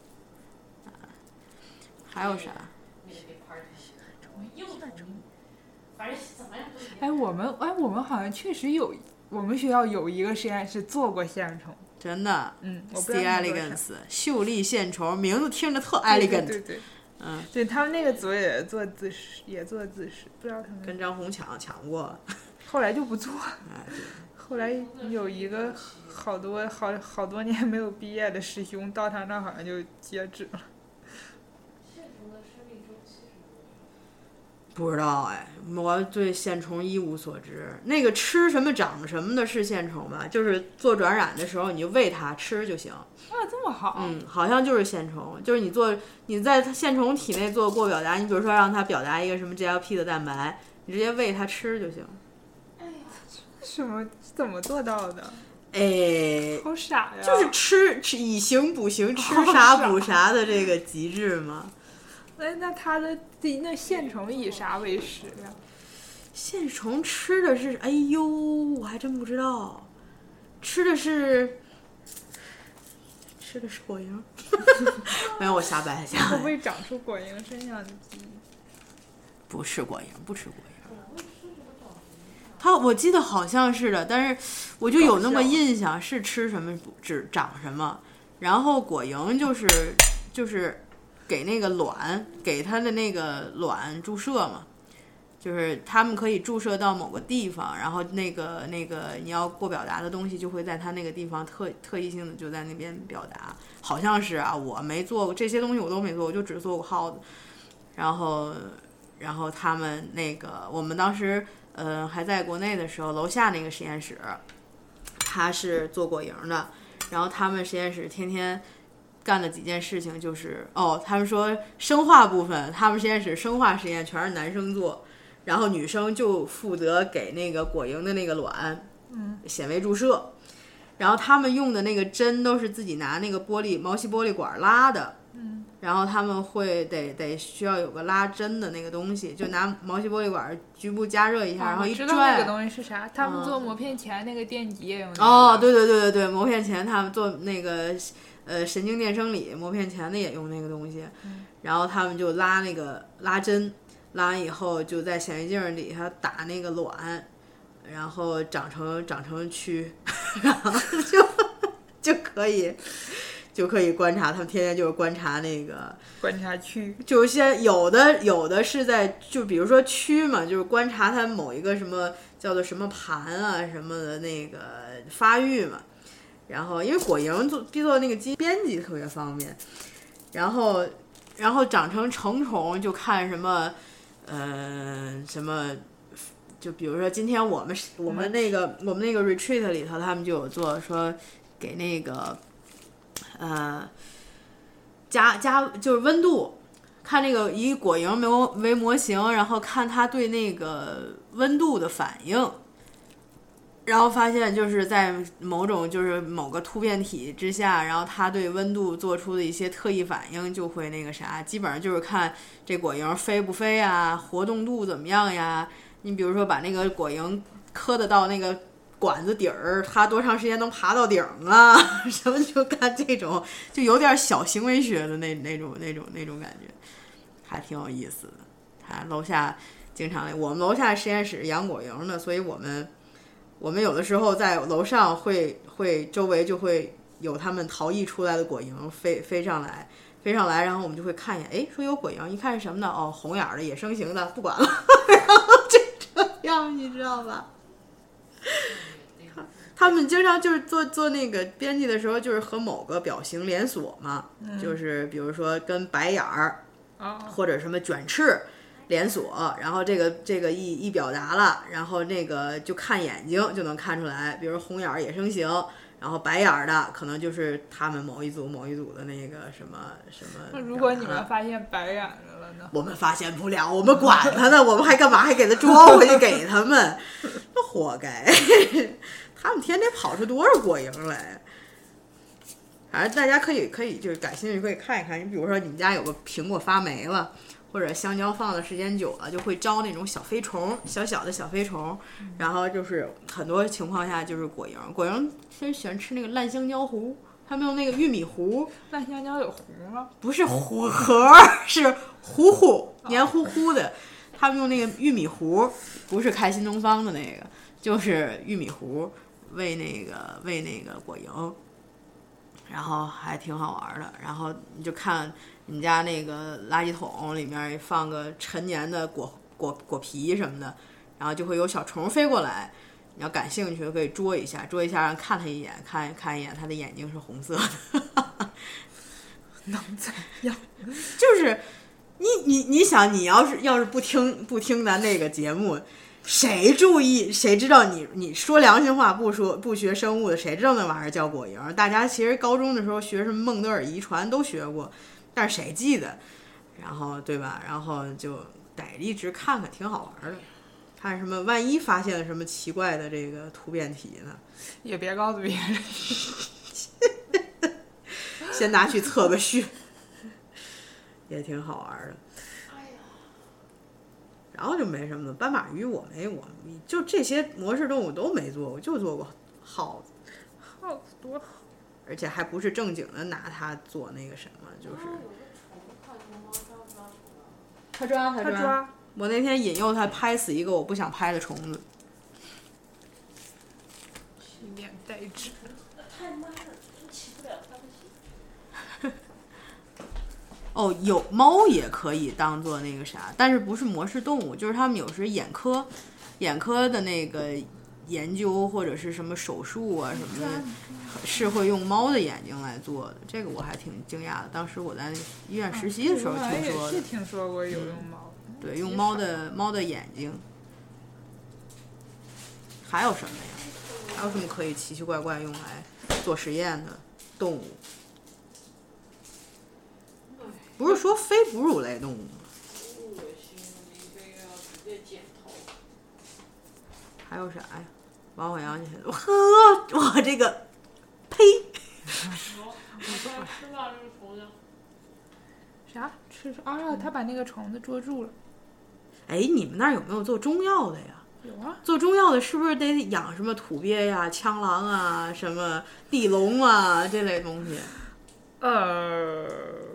还有啥？ 哎，我们哎，我们好像确实有，我们学校有一个实验室做过线虫。 真的， 嗯 ，C elegans 秀丽线虫，名字听着特 elegant， 对对对， 嗯， 对他们那个组也做自试，也做自试，不知道他们跟张红抢抢过， 后来就不做， 哎， 后来有一个好多好好多年没有毕业的师兄到他那好像就截止了。 不知道哎，我对线虫一无所知。那个吃什么长什么的是线虫吧？就是做转染的时候，你就喂它吃就行。 哇，这么好！ 嗯，好像就是线虫，就是你做你在它线虫体内做过表达，你比如说让它表达一个什么 G L P 的蛋白，你直接喂它吃就行。 哎呀，什么怎么做到的？ 哎， 好傻呀！ 就是吃吃以形补形，吃啥补啥的这个极致嘛。 哎，那它的那线虫以啥为食呀？ 线虫吃的是，哎呦，我还真不知道，吃的是吃的是果蝇。没有，我瞎掰瞎掰。 会不会长出果蝇身上的基因？ 不吃果蝇，不吃果蝇。他我记得好像是的，但是我就有那么印象是吃什么只长什么，然后果蝇就是就是。给那个卵，给它的那个卵注射嘛，就是他们可以注射到某个地方，然后那个那个你要过表达的东西就会在它那个地方特特异性的就在那边表达，好像是啊，我没做过这些东西，我都没做，我就只做过耗子。然后，然后他们那个我们当时呃还在国内的时候，楼下那个实验室，他是做果蝇的，然后他们实验室天天。 干了几件事情，就是哦，他们说生化部分，他们实验室生化实验全是男生做，然后女生就负责给那个果蝇的那个卵， 嗯， 显微注射，然后他们用的那个针都是自己拿那个玻璃毛细玻璃管拉的， 嗯， 然后他们会得得需要有个拉针的那个东西，就拿毛细玻璃管局部加热一下， 哦、 然后一拽。知道那个东西是啥？他们做膜片钳那个电极也用那个。 哦，对对对对对，膜片钳他们做那个。呃，神经电生理膜片钳的也用那个东西， 嗯、 然后他们就拉那个拉针，拉完以后就在显微镜底下打那个卵，然后长成长成蛆，然后就就可以就可以观察，他们天天就是观察那个观察蛆， 就现有的有的是在就比如说蛆嘛，就是观察它某一个什么叫做什么盘啊什么的那个发育嘛。然后因为果蝇做必做那个基因编辑特别方便，然后然后长成成虫就看什么呃什么，就比如说今天我们我们那个我们那个 retreat 里头他们就有做说给那个呃加加就是温度，看那个以果蝇为模型，然后看它对那个温度的反应。然后发现就是在某种就是某个突变体之下，然后它对温度做出的一些特异反应就会那个啥，基本上就是看这果蝇飞不飞啊，活动度怎么样呀。你比如说把那个果蝇磕得到那个管子底儿，它多长时间能爬到顶啊？什么就看这种，就有点小行为学的那那种那种那种感觉，还挺有意思的。他楼下经常我们楼下实验室养果蝇的，所以我们。我们有的时候在楼上会会周围就会有他们逃逸出来的果蝇飞飞上来，飞上来，然后我们就会看一眼，哎，说有果蝇，一看是什么呢？哦，红眼的野生型的，不管了，然后就这样，你知道吧？他们经常就是做做那个编辑的时候，就是和某个表情连锁嘛， 嗯、 就是比如说跟白眼儿， 哦、 或者什么卷翅。连锁，然后这个这个一一表达了，然后那个就看眼睛就能看出来，比如红眼野生型，然后白眼的可能就是他们某一组某一组的那个什么什么。 那如果你们发现白眼的了呢？ 我们发现不了，我们管他呢，我们还干嘛还给他装回去给他们？那活该，他们天天跑出多少果蝇来？反正大家可以可以就是感兴趣可以看一看，你比如说你们家有个苹果发霉了。或者香蕉放的时间久了，就会招那种小飞虫，小小的小飞虫，然后就是很多情况下就是果蝇，果蝇其实喜欢吃那个烂香蕉核，他们用那个玉米核。 烂香蕉有核吗？ 不是核核，是糊糊黏糊糊的，他们用那个玉米核，不是开心东方的那个，就是玉米核喂那个喂那个果蝇，然后还挺好玩的，然后你就看。你家那个垃圾桶里面放个陈年的果果果皮什么的，然后就会有小虫飞过来。你要感兴趣可以捉一下，捉一下，让看它一眼，看看一眼，它的眼睛是红色的。 能怎样？ 就是你你你想，你要是要是不听不听咱那个节目，谁注意？谁知道你你说良心话，不说不学生物的，谁知道那玩意儿叫果蝇？大家其实高中的时候学什么孟德尔遗传都学过。但是谁记得？然后对吧？然后就得一直看看，挺好玩的。看什么？万一发现了什么奇怪的这个突变体呢？ 也别告诉别人。 先拿去测个序，也挺好玩的。然后就没什么了。斑马鱼我没，我就这些模式动物都没做过，就做过耗子。 耗子多好。 而且还不是正经的拿它做那个什么，就是他抓他抓。 抓我那天引诱他拍死一个我不想拍的虫子。 一脸呆滞。 太慢了，起不了他的戏。 哦，有猫也可以当做那个啥，但是不是模式动物，就是他们有时眼科，眼科的那个。研究或者是什么手术啊什么的，是会用猫的眼睛来做的，这个我还挺惊讶的。当时我在医院实习的时候听说的。 我也是听说过有用猫。 嗯、对，用猫的猫的眼睛。还有什么呀？还有什么可以奇奇怪怪用来做实验的动物？ 不是说非哺乳类动物吗？ 恶心，你这个要直接剪头。 还有啥呀？王伟阳，你呵，我这个，呸！ 我吃吧，这个虫子。 啥？吃啊？他把那个虫子捉住了。 哎，你们那儿有没有做中药的呀？ 有啊。 做中药的是不是得养什么土鳖呀、枪狼啊、什么地龙啊这类东西？ 呃，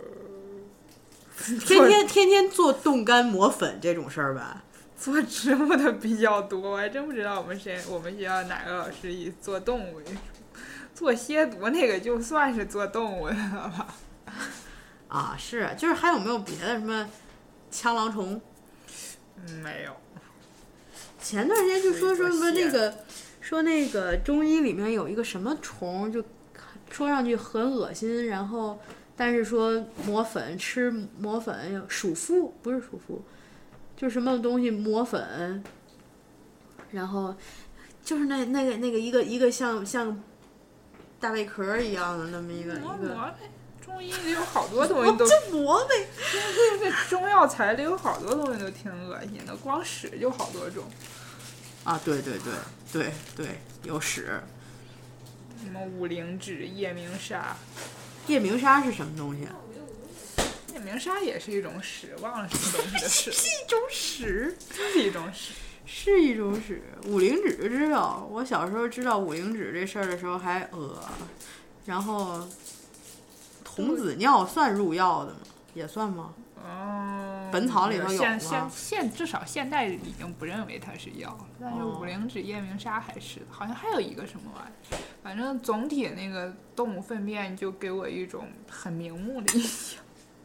天天天天做冻干磨粉这种事儿吧？ 做植物的比较多，我还真不知道我们学我们学校哪个老师以做动物为主。做蝎毒那个就算是做动物的了吧？ 啊，是，就是还有没有别的什么枪狼虫？ 嗯，没有。 前段时间就说说什么那个，说那个中医里面有一个什么虫，就说上去很恶心，然后但是说磨粉吃磨粉鼠妇不是鼠妇。就什么东西磨粉，然后就是那那个那个一个一个像像大贝壳一样的那么一个磨一个。 磨呗，中医里有好多东西都。 就磨呗。 这中药材里有好多东西都挺恶心的，光屎就好多种。 啊，对对对对对，有屎。 什么五灵脂、夜明砂。 夜明砂是什么东西啊？ 夜明砂也是一种屎，忘了什么东西的屎。 是一种屎， 是一种屎， 是一种屎。五灵脂知道，我小时候知道五灵脂这事儿的时候还恶，然后童子尿算入药的吗？也算吗？ 哦， 本草里头有现吗？ 现现至少现代已经不认为它是药了，但是五灵脂、夜明砂还是，好像还有一个什么玩意儿，反正总体那个动物粪便就给我一种很明目的印象。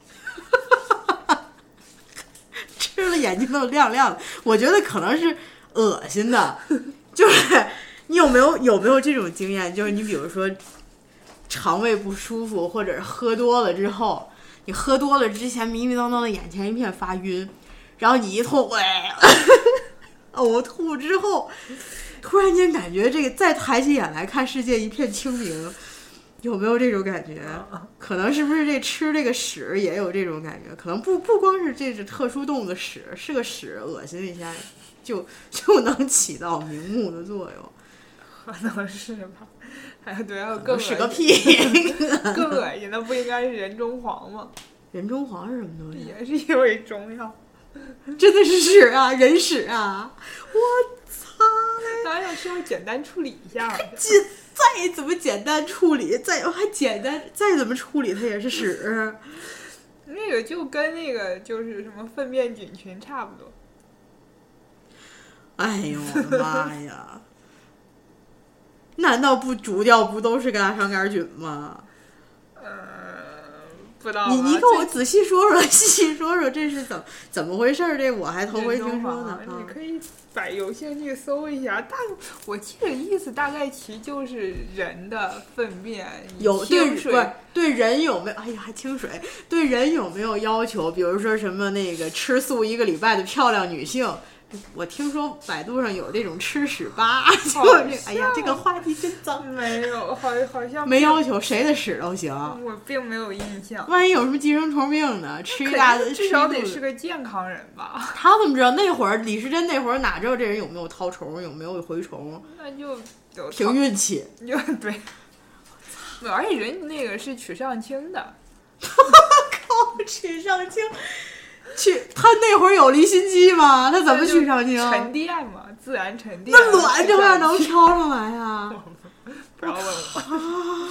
吃了眼睛都亮亮的，我觉得可能是恶心的。就是你有没有有没有这种经验？就是你比如说肠胃不舒服，或者是喝多了之后，你喝多了之前迷迷瞪瞪的眼前一片发晕，然后你一吐，喂，呕吐之后，突然间感觉这个再抬起眼来看世界一片清明。有没有这种感觉？可能是不是这吃这个屎也有这种感觉？可能不不光是这是特殊动物的屎，是个屎恶心一下，就就能起到明目的作用。 可能是吧。还有对，还有更是个屁。 更恶心的不应该是人中黄吗？ 人中黄是什么东西？ 也是因为中药。 真的是屎啊，人屎啊！我操嘞！ 当然是要简单处理一下。 简再怎么简单处理，再还简单，再怎么处理它也是屎。 那个就跟那个就是什么粪便菌群差不多。 哎呦我的妈呀！难道不逐掉不都是个大肠杆菌吗？ 呃，不知道。 你你跟我仔细说说，细细说说这是怎怎么回事？这我还头回听说呢。 你可以把有兴趣搜一下，大我记得意思大概其就是人的粪便有清水对对人有没有？哎呀，还清水对人有没有要求？比如说什么那个吃素一个礼拜的漂亮女性。我听说百度上有这种吃屎吧，就是哎呀，这个话题真脏。 没有，好好像没要求谁的屎都行。 我并没有印象。 万一有什么寄生虫病呢？吃一大的， 至少得是个健康人吧？ 他怎么知道？那会儿李时珍那会儿哪知道这人有没有绦虫，有没有蛔虫？ 那就凭运气。 就对。而且人那个是取上清的。 靠，取上清。去他那会儿有离心机吗？他怎么取上清？ 沉淀嘛，自然沉淀。 那卵这玩意能挑上来呀？ 不要问我。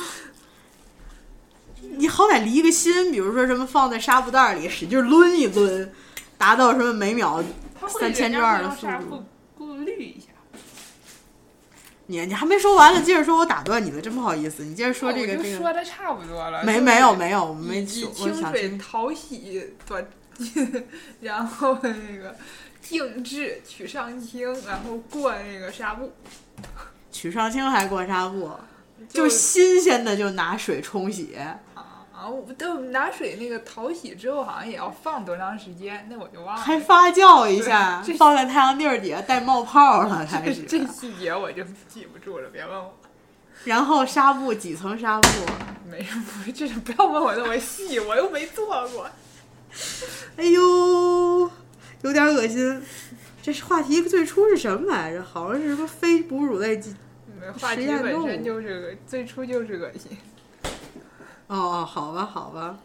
你好歹离个心，比如说什么放在纱布袋里，使劲抡一抡，达到什么每秒三千转的速度。 过滤一下。 你你还没说完呢，接着说，我打断你了，真不好意思。你接着说这个这个。 说的差不多了。 没没有没有，没以清水淘洗短。然后那个静置取上清，然后过那个纱布， 取上清还过纱布，就新鲜的就拿水冲洗啊！我都拿水那个淘洗之后，好像也要放多长时间？那我就忘了。 还发酵一下，放在太阳地儿底下带冒泡了，开始。 这细节我就记不住了，别问我。 然后纱布几层纱布？ 没什么，这是不要问我那么细，我又没做过。 哎呦，有点恶心。这是话题最初是什么来着？好像是什么非哺乳类话题本身就是个最初就是恶心。 哦，好吧，好吧。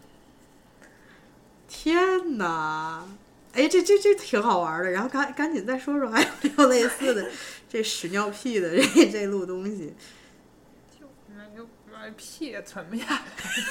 天哪！哎，这这这挺好玩的。然后赶赶紧再说说还有没有类似的这屎尿屁的这这路东西。 就没有，屁也存不下来。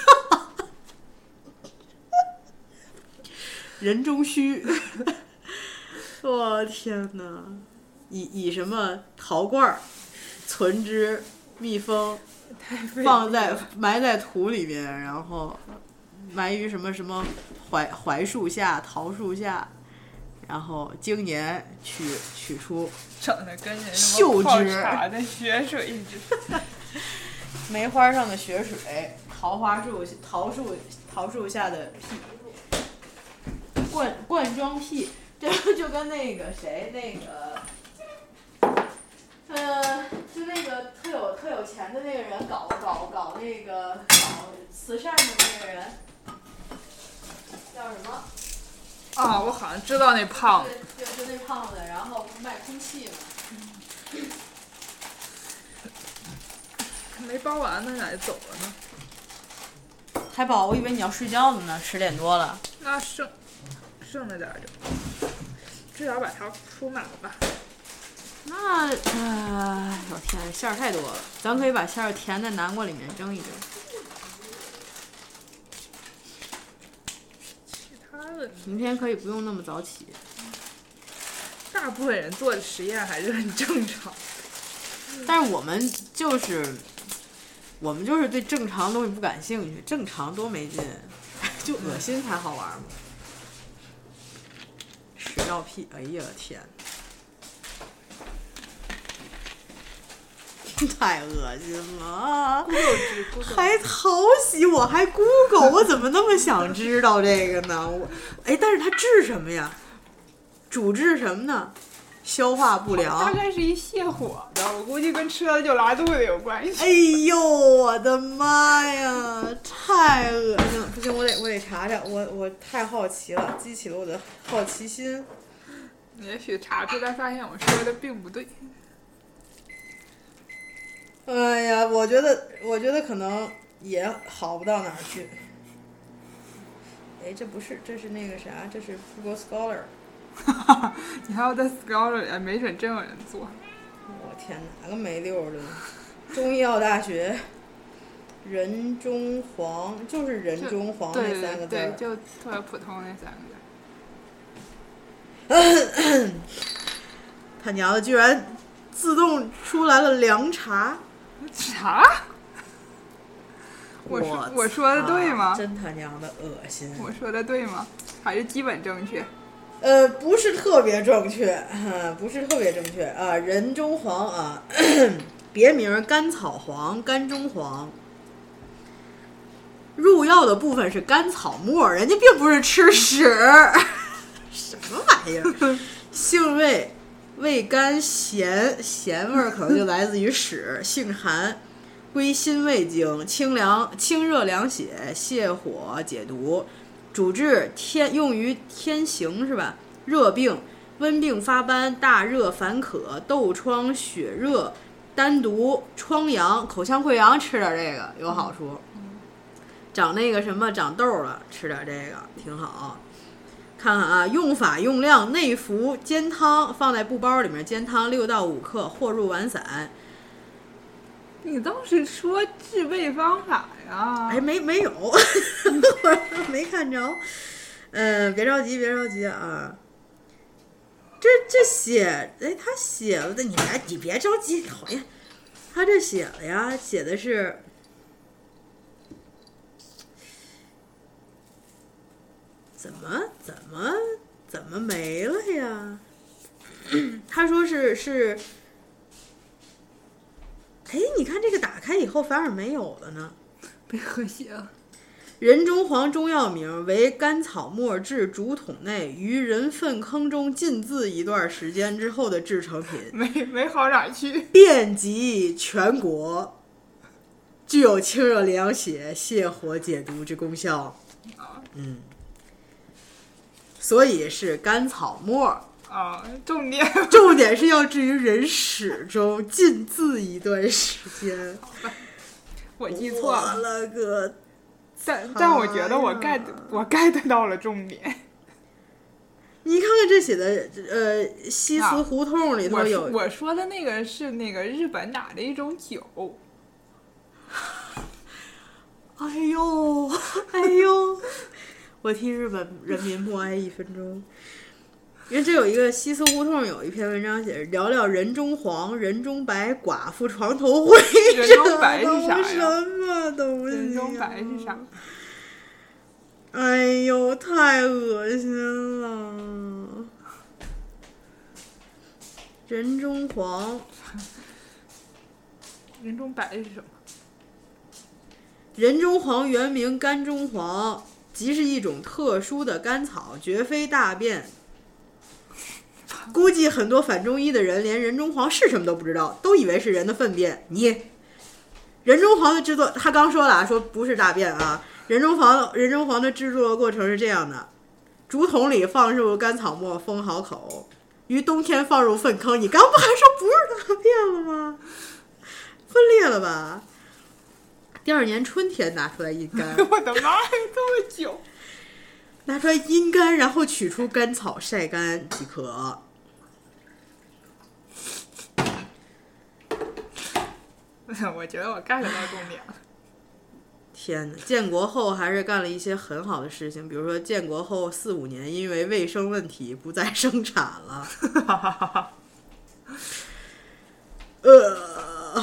人中虚。我天哪！以以什么陶罐存之密封，放在埋在土里面，然后埋于什么什么槐槐树下、桃树下，然后经年取取出， 整的跟人嗅泡茶的血水似的。 梅花上的血水，桃花树、桃树、桃树下的屁，罐罐装屁。这就跟那个谁，那个，呃，就那个特有特有钱的那个人搞搞搞那个搞慈善的那个人，叫什么？ 啊，我好像知道那胖子。 对，就那胖子，然后卖空气嘛。 没包完呢，咋就走了呢？ 还包？我以为你要睡觉了呢，十点多了。 那剩剩了点儿就。至少把它铺满吧。 那，呃，我天，馅儿太多了，咱可以把馅儿填在南瓜里面蒸一蒸。 其他的， 明天可以不用那么早起。 大部分人做的实验还是很正常。 但是我们就是，我们就是对正常的东西不感兴趣，正常多没劲，就恶心才好玩嘛。屎尿屁，哎呀天，太恶心了！还讨喜我，还 Google， 我怎么那么想知道这个呢？我，哎，但是它治什么呀？主治什么呢？消化不良。 大概是一泻火的，我估计跟吃了就拉肚子有关系。 哎呦，我的妈呀，太恶心了！不行，我得我得查查，我我太好奇了，激起了我的好奇心。 也许查出来发现我说的并不对。 哎呀，我觉得我觉得可能也好不到哪儿去。哎，这不是，这是那个啥，这是富国 Scholar。 你还要在 Scholar 里，没准真有人做。 我天，哪个没溜的？中医药大学，人中黄，就是人中黄那三个字。 对对对，就特别普通那三个字。他娘的，居然自动出来了凉茶。 啥？我说我说的对吗？ 真他娘的恶心！ 我说的对吗？还是基本正确？ 呃，不是特别正确，啊、不是特别正确啊。人中黄啊，别名甘草黄、甘中黄。入药的部分是甘草末，人家并不是吃屎，什么玩意儿？性味味甘咸，咸味可能就来自于屎。性寒，归心胃经，清凉清热凉血，泻火解毒。主治天用于天行是吧？热病、温病发斑、大热烦渴、痘疮、血热、丹毒、疮疡、口腔溃疡，吃点这个有好处。长那个什么长痘了，吃点这个挺好。看看啊，用法用量：内服煎汤，放在布包里面煎汤六到五克，或入丸散。 你倒是说治备方法呀？ 哎，没没有，我没看着。嗯、呃，别着急，别着急啊。这这写，哎，他写了的，你别你别着急，讨厌。他这写了呀，写的是，怎么怎么怎么没了呀？他说是是。哎，你看这个打开以后反而没有了呢， 被和谐了。 人中黄中药名为甘草末至竹筒内，于人粪坑中浸渍一段时间之后的制成品， 没没好哪去， 遍及全国，具有清热凉血、泻火解毒之功效。嗯， 所以是甘草末。 啊，重点重点是要置于人史中，禁字一段时间。 我记错了， 我了个， 但但我觉得我 get 我 get 到了重点。 你看看这写的，呃，西祠胡同里头有、 啊、我, 我说的那个是那个日本哪的一种酒。 哎呦，哎呦，我替日本人民默哀一分钟。因为这有一个西祠胡同有一篇文章写着聊聊人中黄、人中白、寡妇床头灰。 人中白是啥呀？ 什么东西、啊？ 人中白是啥？ 哎呦，太恶心了！人中黄， 人中白是什么？ 人中黄原名甘中黄，即是一种特殊的甘草，绝非大便。估计很多反中医的人连人中黄是什么都不知道，都以为是人的粪便。你人中黄的制作，他刚说了，说不是大便啊。人中黄人中黄的制作过程是这样的：竹筒里放入甘草末，封好口，于冬天放入粪坑。你刚不还说不是大便了吗？分裂了吧？第二年春天拿出来阴干。 我的妈呀，这么久！ 拿出来阴干，然后取出甘草晒干即可。 我觉得我 get 到重点了。 天哪！建国后还是干了一些很好的事情，比如说建国后四五年，因为卫生问题不再生产了。呃，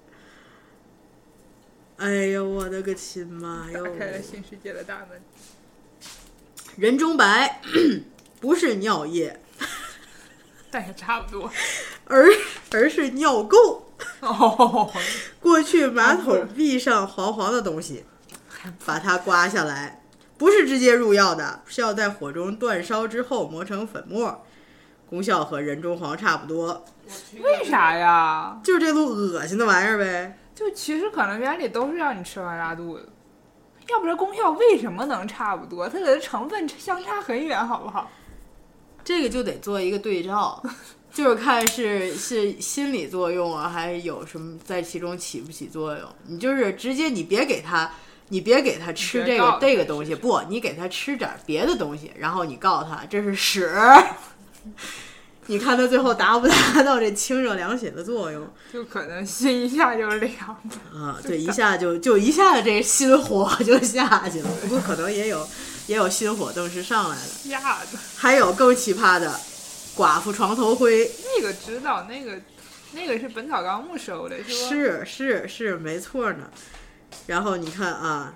哎呀，我的个亲妈呀！ 打开了新世界的大门。 人中白不是尿液， 但是差不多， 而而是尿垢。 哦， 过去马桶壁上黄黄的东西，把它刮下来，不是直接入药的，是要在火中煅烧之后磨成粉末，功效和人中黄差不多。 为啥呀？ 就是这路恶心的玩意儿呗。 就其实可能原理都是让你吃完拉肚子，要不然功效为什么能差不多？它的成分相差很远，好不好？ 这个就得做一个对照。就是看是是心理作用啊，还是有什么在其中起不起作用？你就是直接你别给他，你别给他吃这个这个东西，不，你给他吃点别的东西，然后你告诉他这是屎，你看他最后达不达到这清热凉血的作用？ 就可能心一下就凉了啊，对，一下就就一下这心火就下去了。不过可能也有也有心火顿时上来了。 吓的。 还有更奇葩的。寡妇床头灰， 那个知道，那个那个是《本草纲目》收的，是吧？ 是是是，没错呢。然后你看啊，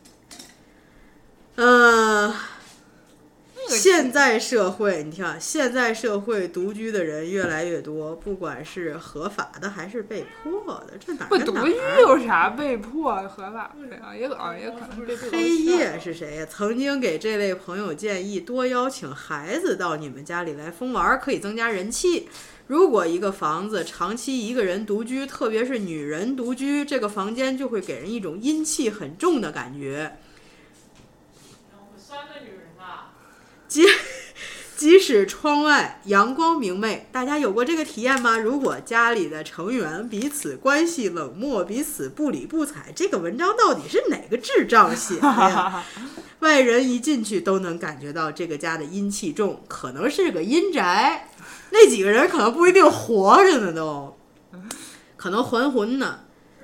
嗯、呃， 那个、 现在社会，你看现在社会独居的人越来越多，不管是合法的还是被迫的，这哪不独居有啥被迫合法的呀？也啊也可能被迫。 黑夜是谁呀？曾经给这位朋友建议多邀请孩子到你们家里来疯玩，可以增加人气。如果一个房子长期一个人独居，特别是女人独居，这个房间就会给人一种阴气很重的感觉。 三个女人啊！ 即即使窗外阳光明媚，大家有过这个体验吗？如果家里的成员彼此关系冷漠，彼此不理不睬，这个文章到底是哪个智障写的呀？外人一进去都能感觉到这个家的阴气重，可能是个阴宅。那几个人可能不一定活着呢，都可能还魂呢。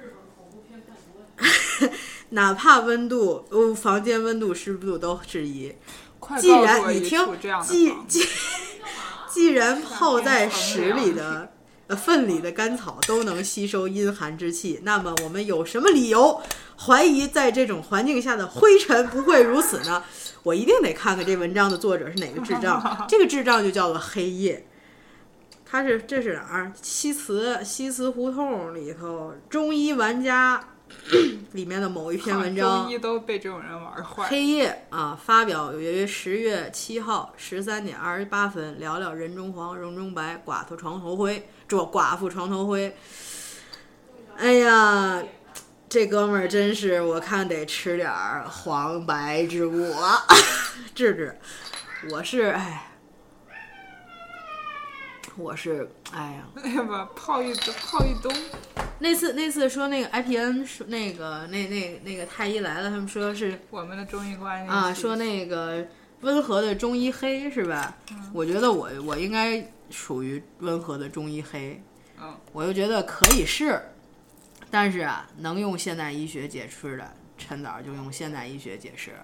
哪怕温度、哦、房间温度、湿度都适宜。既然你听，既既既然泡在屎里的、呃粪里的甘草都能吸收阴寒之气，那么我们有什么理由怀疑在这种环境下的灰尘不会如此呢？我一定得看看这文章的作者是哪个智障。这个智障就叫做黑夜。他是这是哪儿？西祠西祠胡同里头中医玩家里面的某一篇文章， 中医都被这种人玩坏。 黑夜啊，发表于十月七号十三点二十八分，聊聊人中黄、人中白、寡妇床头灰，做寡妇床头灰。哎呀，这哥们儿真是，我看得吃点黄白之物啊，治治。 我是哎。我是哎呀， 哎呀吧，泡一泡一冬。 那次那次说那个 I P N 说那个那那那个太医来了，他们说是我们的中医关系啊，说那个温和的中医黑是吧？ 嗯、 我觉得我我应该属于温和的中医黑。 嗯， 我就觉得可以试，但是啊，能用现代医学解释的，趁早就用现代医学解释。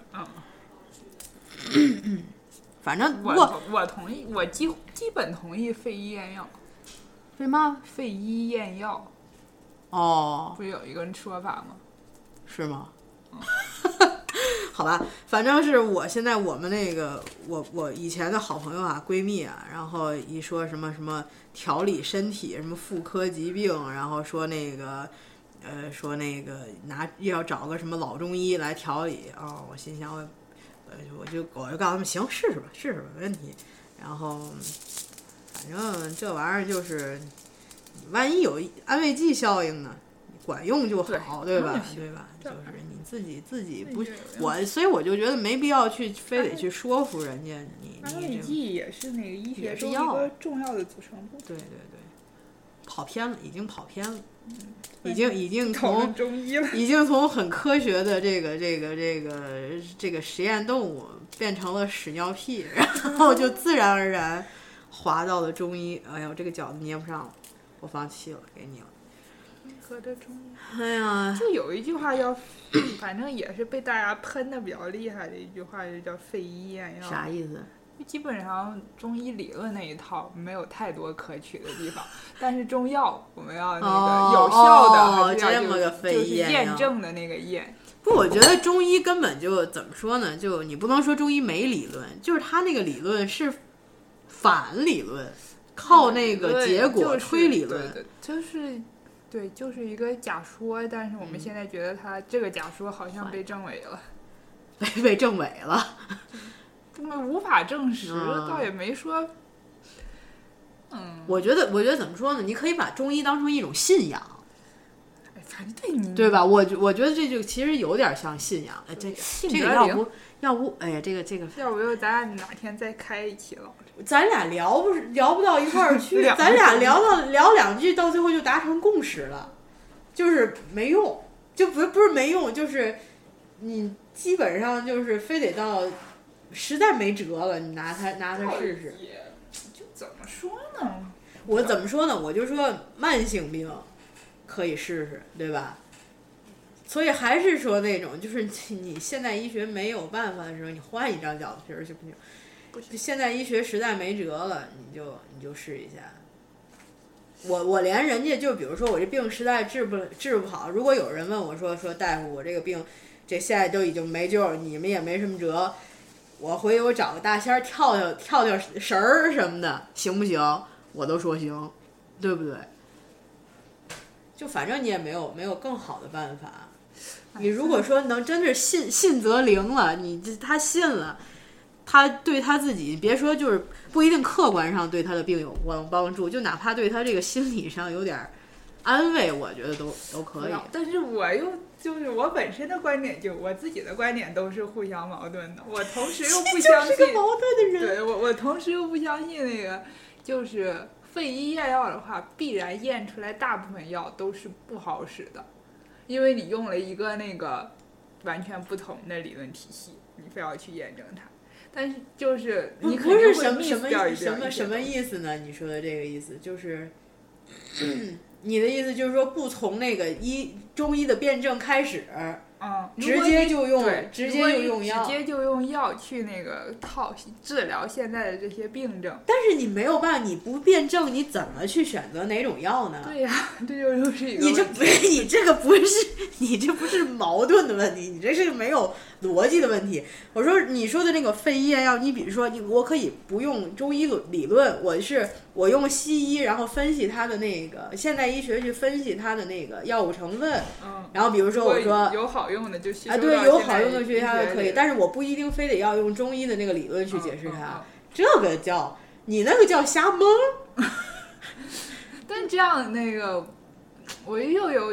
嗯。 反正我我同意，我基基本同意废医验药。 为嘛？ 废医验药。 哦， 不是有一个说法吗？ 是吗？ 嗯、 好吧，反正是我现在我们那个我我以前的好朋友啊，闺蜜啊，然后一说什么什么调理身体，什么妇科疾病，然后说那个呃说那个拿要找个什么老中医来调理哦，我心想我。我就我就告诉他们行，试试吧，试试吧，没问题。然后反正这玩意儿就是，万一有安慰剂效应呢，管用就好， 对, 对吧？对吧？就是你自己自己不，我所以我就觉得没必要去非得去说服人家。你安慰剂也是那个医学中一个重要的组成部分。 对对对，跑偏了，已经跑偏了。 嗯， 已经已经从中医了， 已经从很科学的这个这个这个这个实验动物变成了屎尿屁，然后就自然而然滑到了中医。哎呀，我这个饺子捏不上了，我放弃了，给你了。 合着中医。 哎呀， 就有一句话叫，反正也是被大家喷的比较厉害的一句话，就叫废医验药。 啥意思？ 基本上中医理论那一套没有太多可取的地方，但是中药我们要那个有效的， 哦、 还是要这么个非就是验证的那个验。 不，我觉得中医根本就怎么说呢？就你不能说中医没理论，就是他那个理论是反理论，靠那个结果推理论， 对对对就是对，就是一个假说。但是我们现在觉得他这个假说好像被证伪了， 被被证伪了。 无法证实、 嗯， 倒也没说。嗯， 我觉得，我觉得怎么说呢？你可以把中医当成一种信仰， 哎，反正对你对吧？我我觉得这就其实有点像信仰。哎，这这个要不要不，哎呀，这个这个， 要不就咱俩哪天再开一期了？ 咱俩聊不聊不到一块儿去，咱俩聊到聊两句，到最后就达成共识了，就是没用，就不不是没用，就是你基本上就是非得到。实在没辙了，你拿它拿它试试。 就怎么说呢？ 我怎么说呢？我就说慢性病可以试试，对吧？所以还是说那种，就是你现代医学没有办法的时候，你换一张饺子皮儿行不行？ 不行。 现代医学实在没辙了，你就你就试一下。我我连人家就比如说我这病实在治不治不好，如果有人问我说说大夫我这个病这现在都已经没救了，你们也没什么辙。我回去我找个大仙儿跳跳跳跳神儿什么的，行不行？我都说行，对不对？就反正你也没有没有更好的办法。你如果说能真是信信则灵了，你这他信了，他对他自己，别说就是不一定客观上对他的病有帮帮助，就哪怕对他这个心理上有点安慰，我觉得都都可以。 但是我又。就是我本身的观点，就我自己的观点都是互相矛盾的。我同时又不相信， 就是个矛盾的人。 对我，我同时又不相信那个，就是废医验药的话，必然验出来大部分药都是不好使的，因为你用了一个那个完全不同的理论体系，你非要去验证它。但是就是你不是什么什么什什么什么意思呢？你说的这个意思就是。嗯你的意思就是说，不从那个医中医的辩证开始， 嗯， 直接就用，直接就用药， 直接就用药去那个套治疗现在的这些病症。 但是你没有办法，你不辩证，你怎么去选择哪种药呢？ 对呀、啊，这就是一个你这不是你这个不是你这不是矛盾的问题，你这是没有逻辑的问题。我说你说的那个废医验药，你比如说你我可以不用中医理论，我是我用西医，然后分析它的那个现代医学去分析它的那个药物成分， 嗯， 然后比如说我说有好用的就吸收啊，对，有好用的学它的可以，但是我不一定非得要用中医的那个理论去解释它， 嗯嗯嗯、 这个叫你那个叫瞎蒙。 但这样那个我又有一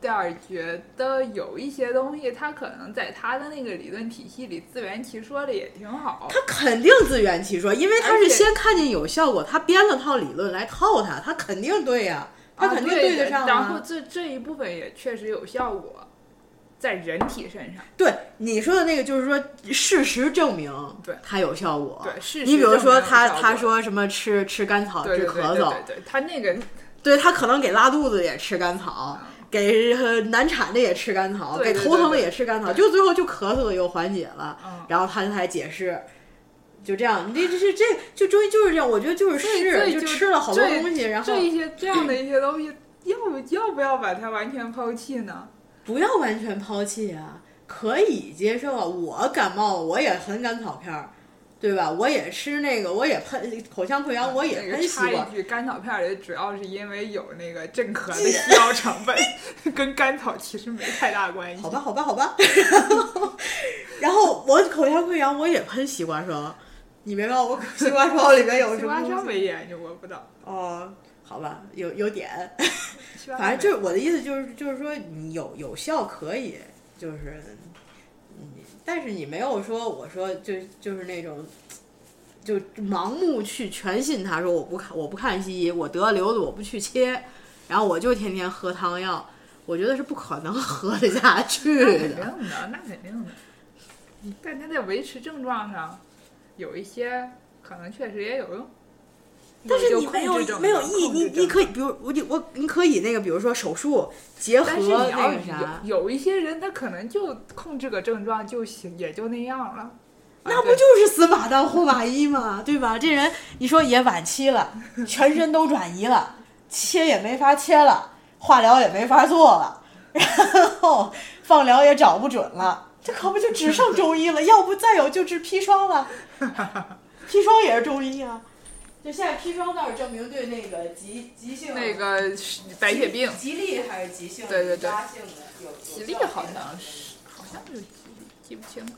点儿觉得有一些东西，它可能在他的那个理论体系里自圆其说的也挺好。 他肯定自圆其说，因为他是先看见有效果，他编了套理论来套他，他肯定对呀、啊，他肯定对得上、啊啊。然后这这一部分也确实有效果，在人体身上。 对你说的那个，就是说事实证明， 对它有效果。 对，事实你比如说他他说什么吃吃甘草治咳嗽， 对对对对，他那个。 对他可能给拉肚子也吃甘草，嗯、给难产的也吃甘草， 对对对对给头疼的也吃甘草，就最后就咳嗽的又缓解了， 嗯、 然后他才解释，就这样，这这是这就终于就是这样，我觉得就是试， 就吃了好多东西，然后这一些这样的一些东西，要要不要把它完全抛弃呢？ 不要完全抛弃啊，可以接受啊。我感冒我也很甘草片儿。对吧？我也吃那个，我也喷口腔溃疡，我也喷西瓜。 插一句，甘草片里主要是因为有那个镇咳的西药成分，跟甘草其实没太大关系。 好吧，好吧，好吧。然后我口腔溃疡，我也喷西瓜霜。你别告诉我西瓜霜里面有什么？ 西瓜霜没研究过，不知道。 哦，好吧，有有点。反正就是我的意思，就是就是说，你有有效可以，就是。但是你没有说，我说就就是那种，就盲目去全信他说我不看我不看西医，我得了瘤子我不去切，然后我就天天喝汤药，我觉得是不可能喝得下去的。 那肯定的，那肯定的。但他在维持症状上，有一些可能确实也有用。 但是你没有没有意义，你你可以，比如我我你可以那个，比如说手术结合那个啥， 有有一些人他可能就控制个症状就行，也就那样了。 那不就是死马当活马医吗？对吧？这人你说也晚期了，全身都转移了，切也没法切了，化疗也没法做了，然后放疗也找不准了，这可不就只剩中医了？要不再有就治砒霜了，砒霜也是中医啊。就现在砒霜倒是证明对那个急急性那个白血病， 吉利还是急性对对对， 压性的有吉利好像是好像是吉利，记不清。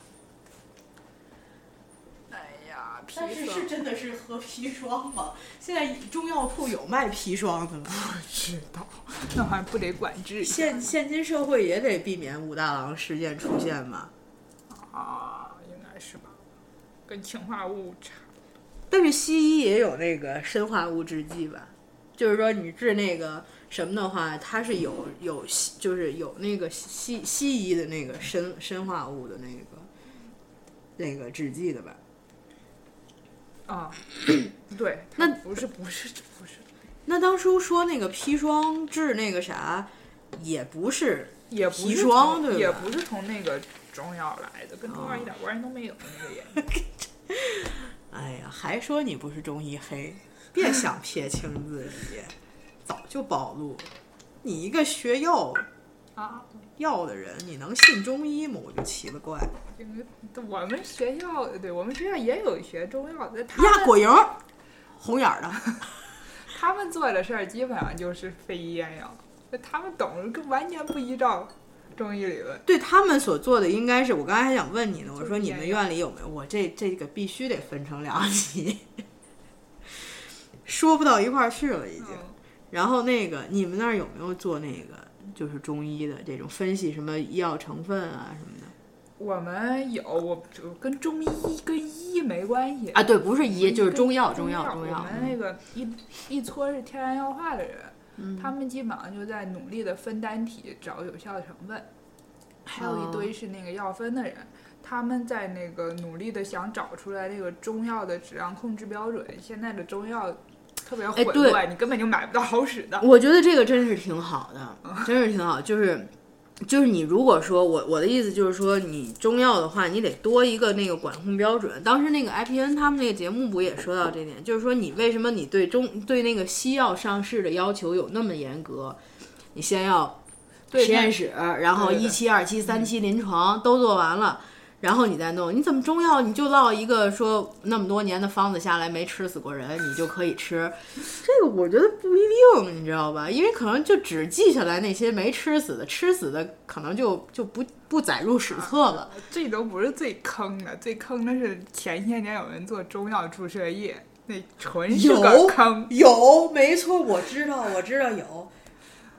哎呀，砒霜。 但是是真的是喝砒霜吗？现在中药铺有卖砒霜的吗？ 不知道，那还不得管制一下？ 现现今社会也得避免武大郎事件出现嘛。 啊，应该是吧，跟氰化物差。 但是西医也有那个砷化物制剂吧，就是说你治那个什么的话，它是有有就是有那个西西医的那个砷砷化物的那个那个制剂的吧？ 啊，对， 那不是不是不是。 那当初说那个砒霜治那个啥，也不是也不是砒霜对吧？ 也不是从那个中药来的，跟中药一点关系都没有那个研究。 哎呀，还说你不是中医黑，别想撇清自己，早就暴露了。你一个学药啊药的人，你能信中医吗？我就奇了怪了。 我们学校，对我们学校也有学中药的。 呀，果蝇，红眼的。 他们做的事儿基本上就是非医验药，他们懂得完全不依照中医理论。 对他们所做的应该是，我刚才还想问你呢，我说你们院里有没有？我这这个必须得分成两级，说不到一块儿去了已经。嗯、然后那个你们那儿有没有做那个就是中医的这种分析，什么医药成分啊什么的？ 我们有，我跟中医跟医没关系啊，对，不是医，就是中药，中药，中药。 我们那个一一撮是天然药化的人。 嗯、 他们基本上就在努力的分单体找有效的成分，还有一堆是那个药分的人，他们在那个努力的想找出来那个中药的质量控制标准。现在的中药特别混乱，你根本就买不到好使的。 我觉得这个真是挺好的，真是挺好，就是就是你如果说我我的意思就是说，你中药的话，你得多一个那个管控标准。当时那个 I P N 他们那个节目不也说到这点，就是说你为什么你对中对那个西药上市的要求有那么严格？你先要实验室，然后一期、二期、三期临床都做完了。然后你再弄，你怎么中药你就落一个说那么多年的方子下来没吃死过人，你就可以吃？这个我觉得不一定，你知道吧？因为可能就只记下来那些没吃死的，吃死的可能就就不不载入史册了。 啊、这都不是最坑的，最坑的是前些年有人做中药注射液，那纯是个坑。 有，有没错，我知道，我知道有。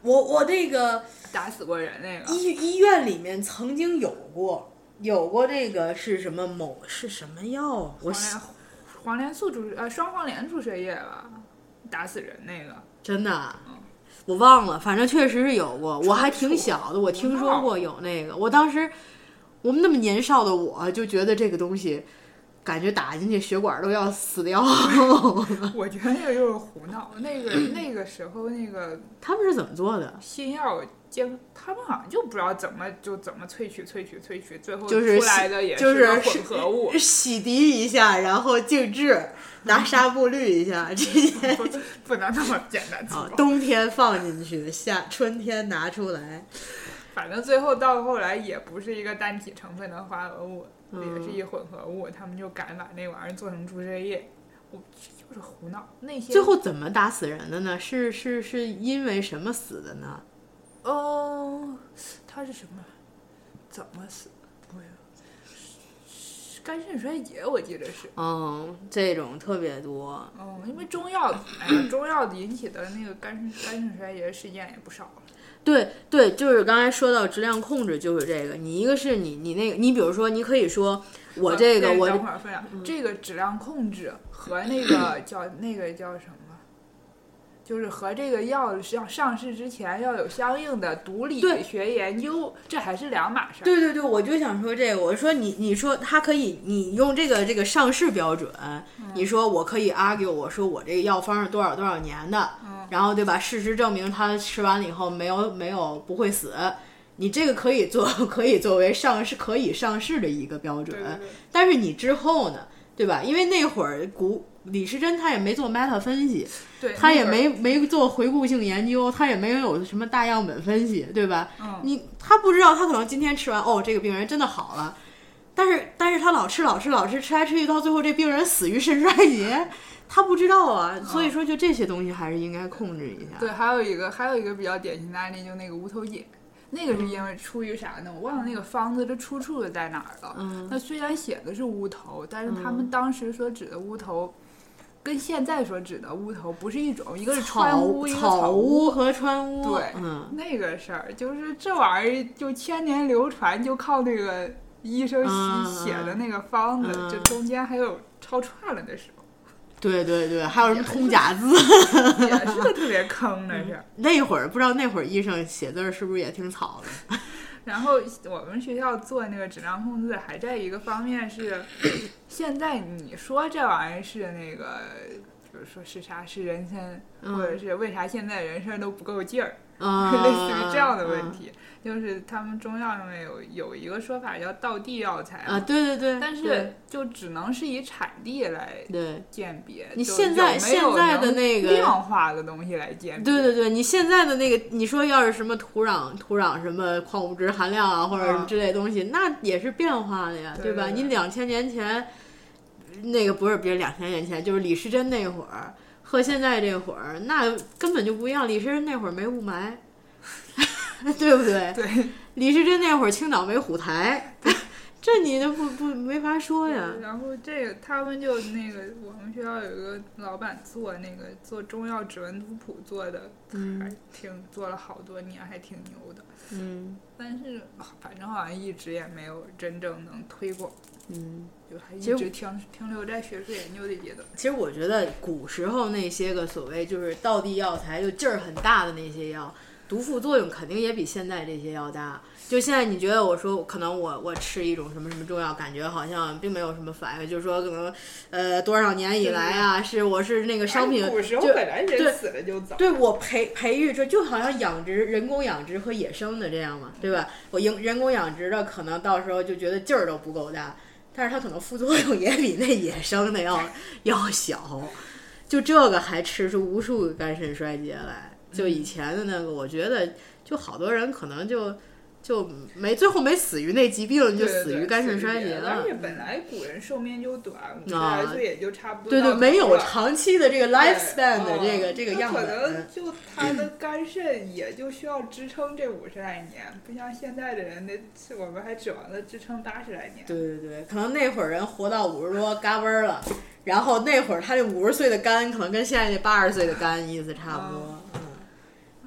我我那个打死过人那个医医院里面曾经有过有过那个是什么某是什么药？我黄连黄连素注呃双黄连注射液吧，打死人那个真的、啊嗯， 我忘了，反正确实是有过。我还挺小的，我听说过有那个。我当时我们那么年少的我就觉得这个东西。感觉打进去血管都要死掉我觉得那个就是胡闹。那个那个时候那个他们是怎么做的？ 新药接他们好像就不知道怎么就怎么萃取萃取萃取，最后出就是来的也是混合物， 就是、洗涤一下，然后静置，拿纱布滤一下，这些不, 不能那么简单粗暴、 哦。冬天放进去，夏春天拿出来。 反正最后到后来也不是一个单体成分的化合物。也是一混合物，他们就敢把那玩意儿做成注射液，我就是胡闹。那些最后怎么打死人的呢？是是是因为什么死的呢？ 哦，他是什么？怎么死？不是肝肾衰竭，我记得是。 嗯，这种特别多。 嗯，因为中药，哎呀，中药引起的那个肝肾肝肾衰竭事件也不少了。 对对，就是刚才说到质量控制，就是这个。你一个是你你那个，你比如说，你可以说我这个、 呃、 我等会儿分享、嗯、这个质量控制和那个叫那个叫什么，就是和这个药上上市之前要有相应的毒理学研究，这还是两码事。 对对对，我就想说这个，我说你你说它可以，你用这个这个上市标准，嗯、你说我可以 argue， 我说我这个药方是多少多少年的。嗯然后对吧？事实证明他吃完了以后没有没有不会死，你这个可以做可以作为上市可以上市的一个标准。 对对对， 但是你之后呢，对吧？因为那会儿古李时珍他也没做 meta 分析， 对， 他也没没做回顾性研究，他也没有什么大样本分析，对吧？ 嗯， 你他不知道他可能今天吃完哦，这个病人真的好了，但是但是他老吃老吃老吃吃来吃去，到最后这病人死于肾衰竭。他不知道啊，所以说就这些东西还是应该控制一下。 对，还有一个还有一个比较典型的案例，就那个无头碱，那个是因为出于啥呢？我忘了那个方子的出处在哪儿了。 嗯， 那虽然写的是乌头，但是他们当时所指的乌头，嗯、跟现在所指的乌头不是一种，一个是川乌，一个草乌和川乌。 对， 嗯， 那个事儿就是这玩意儿就千年流传，就靠那个医生写的那个方子， 嗯、 这中间还有抄串了的时候。 对对对，还有什么通假字， 也是个特别坑的事、嗯。 那会儿不知道那会儿医生写字是不是也挺草的？ 然后我们学校做那个质量控制，还在一个方面是，现在你说这玩意儿是那个，比如说是啥是人参、嗯，或者是为啥现在人参都不够劲儿， 嗯、 类似于这样的问题。嗯就是他们中药上面有有一个说法叫道地药材啊，对对对， 但是就只能是以产地来鉴别。 你现在现在的那个量化的东西来鉴别。 对对对，你现在的那个，你说要是什么土壤土壤什么矿物质含量啊，或者什么之类的东西，啊、那也是变化的呀， 对, 对吧？你两千年前那个不是，别两千年前，就是李时珍那会儿和现在这会儿，那根本就不一样。李时珍那会儿没雾霾。对不对？ 对， 李时珍那会儿青岛没虎台，这你就不不没法说呀。 然后这个他们就那个我们学校有一个老板做那个做中药指纹图谱做的， 嗯， 还挺做了好多年，还挺牛的。 嗯， 但是反正好像一直也没有真正能推广。 嗯， 就还一直停停留在学术研究的阶段。 其实我觉得古时候那些个所谓就是道地药材，就劲儿很大的那些药。毒副作用肯定也比现在这些要大。就现在你觉得我说可能我我吃一种什么什么中药，感觉好像并没有什么反应，就是说可能呃多少年以来啊，是我是那个商品， 古时候本来人死了就早， 对我培培育这就好像养殖人工养殖和野生的这样嘛，对吧？我人人工养殖的可能到时候就觉得劲儿都不够大，但是它可能副作用也比那野生的要要小，就这个还吃出无数个肝肾衰竭来。就以前的那个，我觉得就好多人可能就就没最后没死于那疾病，就死于肝肾衰竭了。 而且本来古人寿命就短，五十来岁也就差不多。 对对，没有长期的这个 lifespan 的这个、 哦、 这个样本。 可能就他的肝肾也就需要支撑这五十来年，不像现在的人，那我们还指望着支撑八十来年。 对对对，可能那会儿人活到五十多嘎嘣了，然后那会儿他那五十岁的肝可能跟现在那八十岁的肝意思差不多。 嗯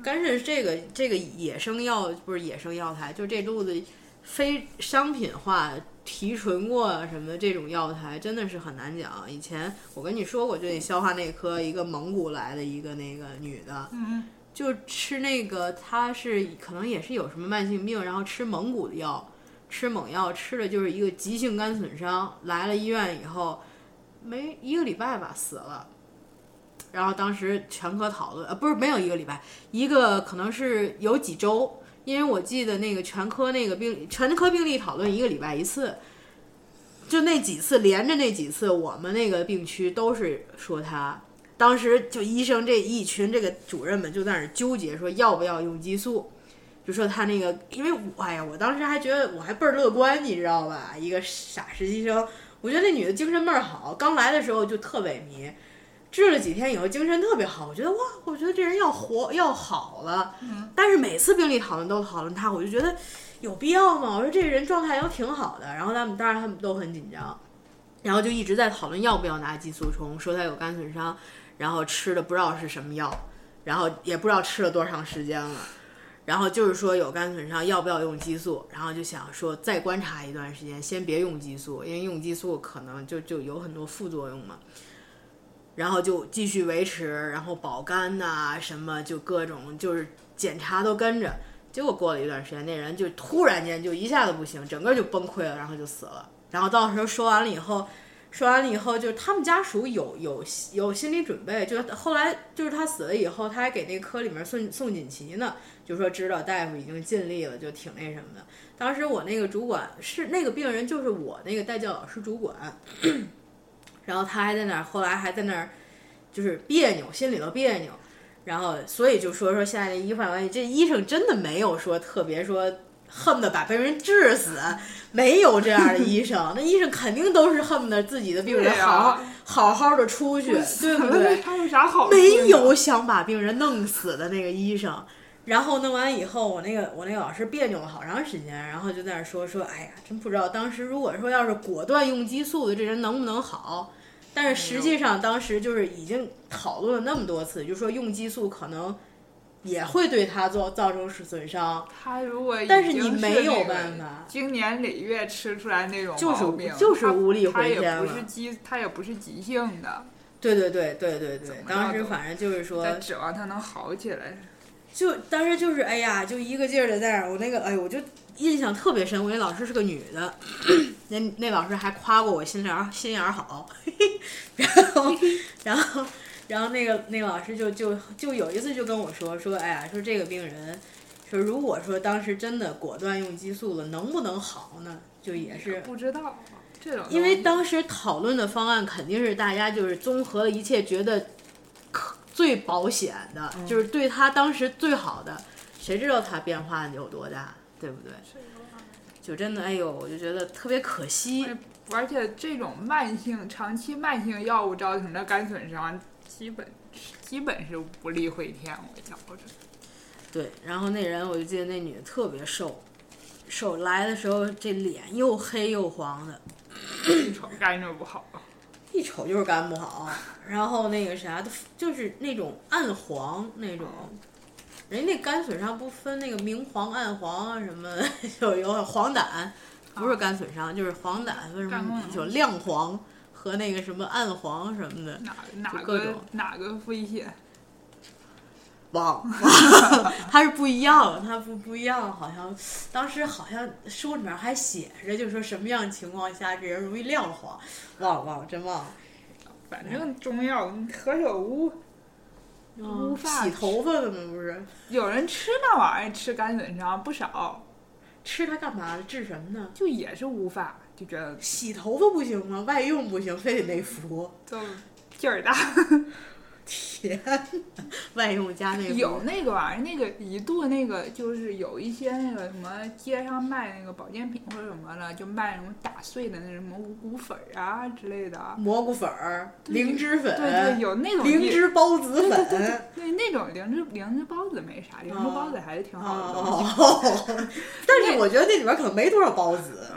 肝肾这个这个野生药不是野生药材，就这路子非商品化提纯过什么这种药材真的是很难讲。以前我跟你说过，就那消化内科一个蒙古来的一个那个女的， 嗯， 就吃那个，她是可能也是有什么慢性病，然后吃蒙古的药，吃猛药，吃的就是一个急性肝损伤，来了医院以后没一个礼拜吧死了。然后当时全科讨论，呃，不是没有一个礼拜，一个可能是有几周，因为我记得那个全科那个病全科病例讨论一个礼拜一次，就那几次连着那几次，我们那个病区都是说他，当时就医生这一群这个主任们就在那儿纠结说要不要用激素，就说他那个，因为我哎呀，我当时还觉得我还倍儿乐观，你知道吧？一个傻实习生，我觉得那女的精神倍儿好，刚来的时候就特萎靡。治了几天以后精神特别好，我觉得哇，我觉得这人要活要好了。 嗯， 但是每次病例讨论都讨论他，我就觉得有必要吗？我说这人状态都挺好的，然后他们当然他们都很紧张，然后就一直在讨论要不要拿激素冲，说他有肝损伤，然后吃的不知道是什么药，然后也不知道吃了多长时间了，然后就是说有肝损伤要不要用激素，然后就想说再观察一段时间，先别用激素，因为用激素可能就就有很多副作用嘛。然后就继续维持，然后保肝呐、啊、什么，就各种就是检查都跟着。结果过了一段时间，那人就突然间就一下子不行，整个就崩溃了，然后就死了。然后到时候说完了以后，说完了以后，就他们家属有有有心理准备，就后来就是他死了以后，他还给那科里面送送锦旗呢，就说知道大夫已经尽力了，就挺那什么的。当时我那个主管是那个病人，就是我那个代教老师主管。然后他还在那儿，后来还在那儿，就是别扭，心里头别扭，然后所以就说说现在的医患关系，这医生真的没有说特别说恨不得把病人治死，没有这样的医生，那医生肯定都是恨不得自己的病人好好、啊、好好的出去，对不对？ 他有啥好？ 没有想把病人弄死的那个医生。然后弄完以后，我那个我那个老师别扭了好长时间，然后就在那说说，哎呀，真不知道当时如果说要是果断用激素的这人能不能好。但是实际上当时就是已经讨论了那么多次，就是说用激素可能也会对他造造成损伤。 他如果但是你没有办法， 经年累月吃出来那种毛病， 就是就是无力回天了。 他也不是急，他也不是急性的。 对对对对对对，当时反正就是说， 在指望他能好起来。 就当时就是哎呀，就一个劲儿的在那儿，我那个哎，我就印象特别深。我那老师是个女的，那那老师还夸过我心眼心眼好，然后然后然后那个那个老师就就就有一次就跟我说说，哎呀，说这个病人，说如果说当时真的果断用激素了，能不能好呢？就也是不知道这种， 因为当时讨论的方案肯定是大家就是综合了一切，觉得可。最保险的， 嗯、 就是对他当时最好的，谁知道他变化有多大，对不对？就真的，哎呦，我就觉得特别可惜。 而且这种慢性、长期慢性药物造成的肝损伤，基本基本是无力回天，我觉着。 对，然后那人我就记得那女的特别瘦，瘦来的时候这脸又黑又黄的， 一瞅肝就不好。 一瞅就是肝不好，然后那个啥，就是那种暗黄那种，人家那肝损伤不分那个明黄、暗黄啊什么，有有黄疸，不是肝损伤，就是黄疸，为什么有亮黄和那个什么暗黄什么的， 哪哪个哪个危险？ 忘了，它是不一样，它不不一样，好像当时好像书里面还写着，就是说什么样情况下这人容易亮黄，忘了忘了，真忘了。 反正中药何首乌， 乌发洗头发的吗？不是， 有人吃那玩意儿，吃肝损伤不少。 吃它干嘛的？治什么呢？ 就也是乌发，就觉得洗头发不行吗？外用不行，非得内服， 就劲儿大。 天，外用加那个有那个玩意儿，那个一度那个就是有一些那个什么街上卖那个保健品或者什么的，就卖那种打碎的那什么五谷粉啊之类的， 蘑菇粉儿、灵芝粉， 对对，有那种灵芝孢子粉， 对对对对，那种灵芝灵芝孢子没啥，灵芝孢子还是挺好的东西。 哦，但是我觉得那里边可能没多少孢子。 嗯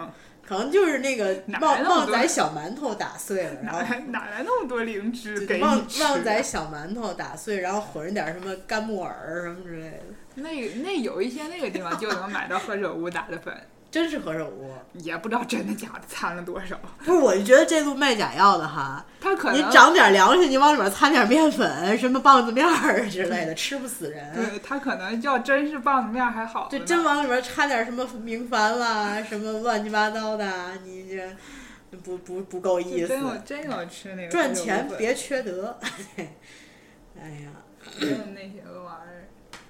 可能就是那个旺旺仔小馒头打碎了，然后哪哪来那么多灵芝给你旺旺仔小馒头打碎，然后混点什么干木耳什么之类的。 那那有一些那个地方就能买到何首乌打的粉。 真是何首乌， 也不知道真的假的掺了多少。 不是，我就觉得这路卖假药的哈， 他可能你长点粮食，你往里面掺点面粉，什么棒子面儿之类的，吃不死人。 对，他可能要真是棒子面还好。 对，真往里面掺点什么明矾啦，什么乱七八糟的，你这不不不够意思。 真有真有吃那个。 赚钱别缺德。哎呀， 还有那些个玩意儿，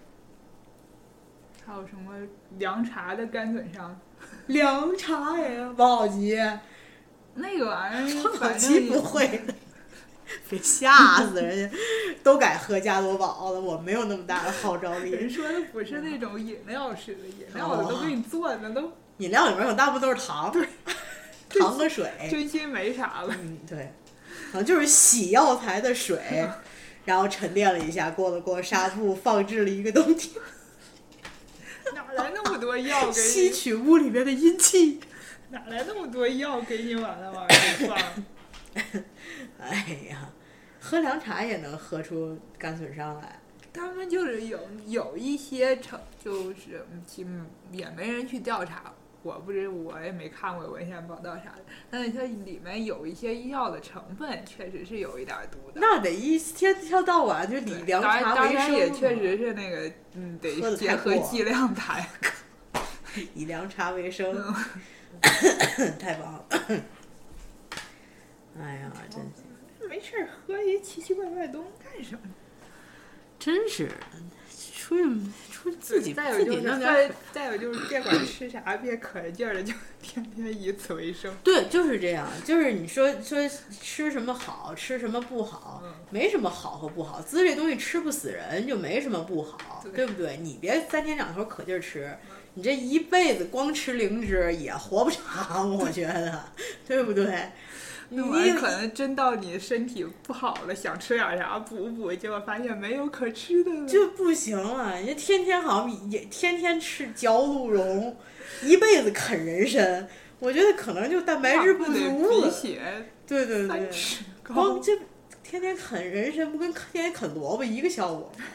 还有什么凉茶的甘笋上。 凉茶呀，王小吉， 那个玩意儿， 王小吉不会的，别吓死人家，都改喝加多宝了，我没有那么大的号召力。 人说的不是那种饮料式的，饮料的都给你做的都。 饮料里面有大部分都是糖， 对， 糖和水， 真心没啥了。 嗯，对，可能就是洗药材的水，然后沉淀了一下，过了过纱布，放置了一个冬天。 哪来那么多药给你？ 吸取屋里面的阴气。 哪来那么多药给你把那玩意儿放？ 哎呀，喝凉茶也能喝出甘笋上来。 他们就是有有一些成，就是其实也没人去调查，我不知我也没看过文献报道啥的，但是它里面有一些药的成分确实是有一点毒的。 那得一天天到晚就以凉茶为生。 当然也确实是那个，嗯，得结合剂量谈。 以凉茶为生，嗯、太棒了！哎呀，真是没事喝一奇奇怪怪的东西干什么？ 真是。出去出去自己再有就是再再有就是别管吃啥，别可着劲儿的就天天以此为生。 对，就是这样。就是你说说吃什么好，吃什么不好， 嗯、 没什么好和不好。滋这东西吃不死人，就没什么不好， 对, 对不对？你别三天两头可劲儿吃，你这一辈子光吃灵芝也活不长，我觉得，对不对？ 那玩意可能真到你身体不好了，想吃点啥补补，结果发现没有可吃的了， 就不行了。人家天天好像也天天吃嚼鹿茸，一辈子啃人参，我觉得可能就蛋白质不足了。 鼻血， 对对对，光这天天啃人参，不跟天天啃萝卜一个效果吗？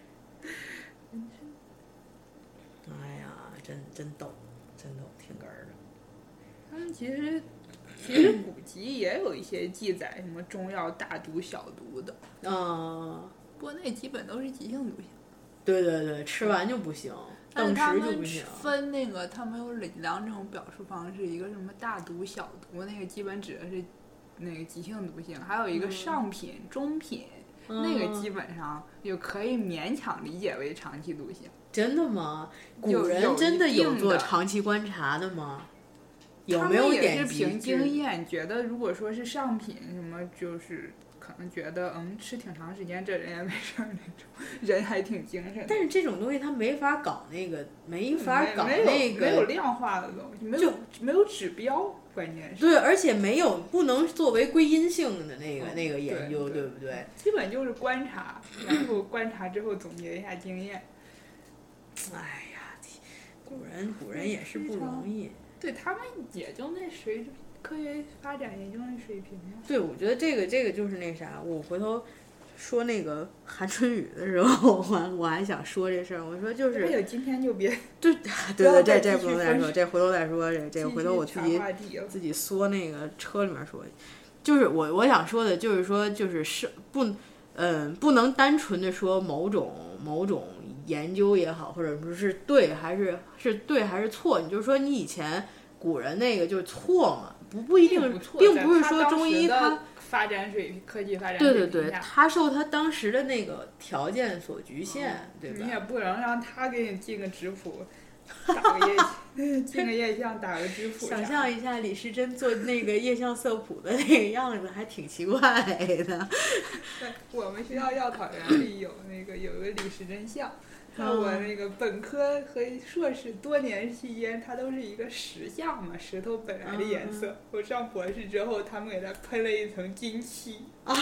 哎呀，真真逗，真逗，挺哏儿的。 他们其实。其实古籍也有一些记载，什么中药大毒小毒的， 嗯， 不过那基本都是急性毒性。 对对对，吃完就不行，顿时就不行。 分那个，他们有两种表述方式，一个什么大毒小毒，那个基本指的是那个急性毒性，还有一个上品、嗯、中品， 嗯、 那个基本上就可以勉强理解为长期毒性。 真的吗？古人真的有做长期观察的吗？有没有点也是凭经验觉得，如果说是上品什么，就是可能觉得嗯吃挺长时间，这人也没事儿那种，人还挺精神的。 但是这种东西他没法搞那个，没法搞那个没有量化的东西，没有没有指标，关键是。 对，而且没有不能作为归因性的那个、嗯、那个研究， 对, 对不对？ 基本就是观察，然后观察之后总结一下经验。 哎呀，古人古人也是不容易。 对他们也就那水准，科学发展也就那水平呀。 对，我觉得这个这个就是那啥，我回头说那个韩春雨的时候，我我还想说这事儿，我说就是， 哎呀，今天就别， 对对对，这这不能再说，这回头再说，这这回头我自己自己缩那个车里面说，就是我我想说的，就是说就是是不嗯不能单纯的说某种某种。研究也好，或者说是对还是是对还是错，你就说你以前古人那个就是错嘛，不不一定，并不是说中医它发展水平、科技发展对对对，他受他当时的那个条件所局限，嗯、对吧？ 你也不能让他给你进个质谱，打个叶进个叶相，打个质谱。 想象一下李时珍做那个叶相色谱的那个样子，还挺奇怪的。 对，我们学校药草园里有那个有个李时珍像。那我那个本科和硕士多年期间，它都是一个石像嘛，石头本来的颜色。嗯、我上博士之后，他们给它喷了一层金漆啊，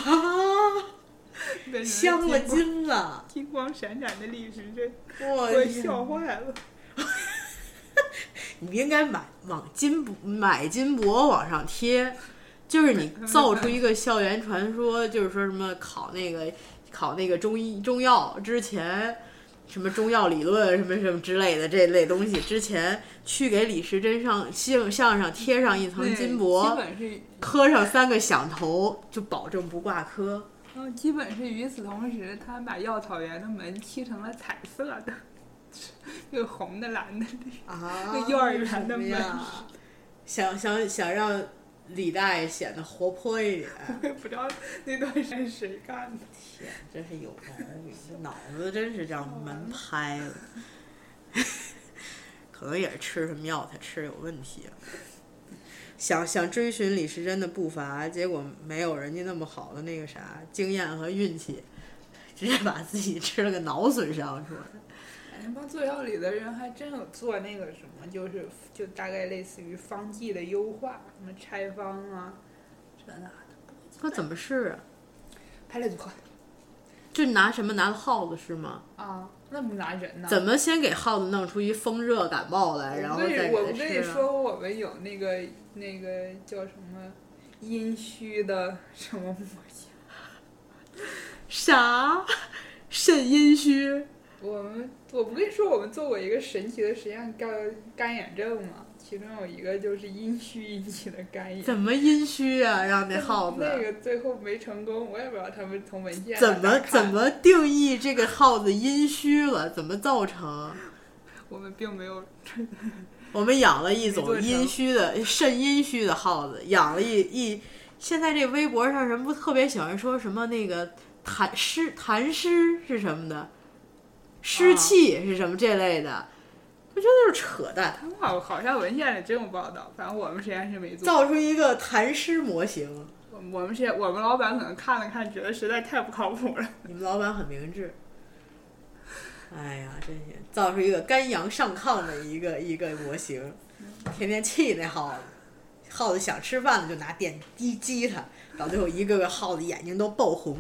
镶了金了， 金光闪闪的李时珍， 我我笑坏了。 你应该买往金买金箔往上贴，就是你造出一个校园传说，就是说什么考那个考那个中医中药之前。什么中药理论什么什么之类的这类东西，之前去给李时珍上像像上贴上一层金箔，磕上三个响头，就保证不挂科。 然后基本是与此同时，他把药草园的门漆成了彩色的，有红的、蓝的啊， 那幼儿园的门。 想想想让李大爷显得活泼一点。 我也不知道那段是谁干的。 天，真是有毛病，这脑子真是让门拍了。可能也是吃什么药才吃有问题啊。想想追寻李时珍的步伐，结果没有人家那么好的那个啥经验和运气，直接把自己吃了个脑损伤出来。 那帮做药理的人还真有做那个什么，就是就大概类似于方剂的优化，什么拆方啊，这那的。 那怎么试啊？ 排列组合。 就拿什么？拿耗子是吗？ 啊，那不拿人呢？ 怎么先给耗子弄出一风热感冒来，然后再给它吃、啊？ 我跟你说，我们有那个那个叫什么阴虚的什么模型？ 啥？肾阴虚？ 我们我不跟你说，我们做过一个神奇的实验，叫干眼症嘛。其中有一个就是阴虚引起的干眼。 怎么阴虚啊？让那耗子那个最后没成功，我也不知道他们从文件怎么怎么定义这个耗子阴虚了？怎么造成？ 我们并没有。 我们养了一种阴虚的肾阴虚的耗子，养了一一。现在这微博上人不特别喜欢说什么那个痰湿痰湿是什么的，湿气是什么这类的。我觉得就是扯淡。 他们好好像文献里真有报道，反正我们实验室没做。 造出一个痰湿模型。 我们实验，我们老板可能看了看，觉得实在太不靠谱了。 你们老板很明智。哎呀，真是造出一个肝阳上亢的一个一个模型，天天气那耗子，耗子想吃饭了就拿电击击它，到最后一个个耗子眼睛都爆红。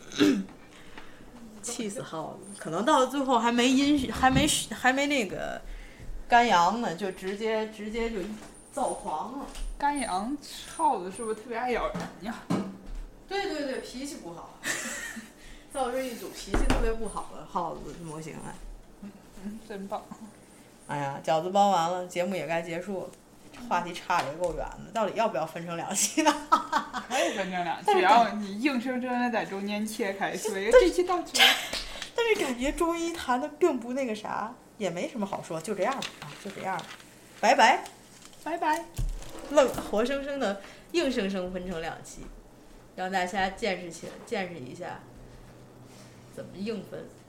气死耗子！可能到最后还没阴还没还没那个肝阳呢，就直接直接就躁狂了。 肝阳耗子是不是特别爱咬人呀？ 对对对，脾气不好，造出一组脾气特别不好的耗子模型来。 嗯嗯，真棒。 哎呀，饺子包完了，节目也该结束了。话题差的也够远的，到底要不要分成两期呢？ 可以分成两期，然后你硬生生的在中间切开，说一个这期到此。 但是感觉中医谈的并不那个啥，也没什么好说，就这样吧啊，就这样吧，拜拜， 拜拜。 愣活生生的硬生生分成两期，让大家见识起来，见识一下怎么硬分。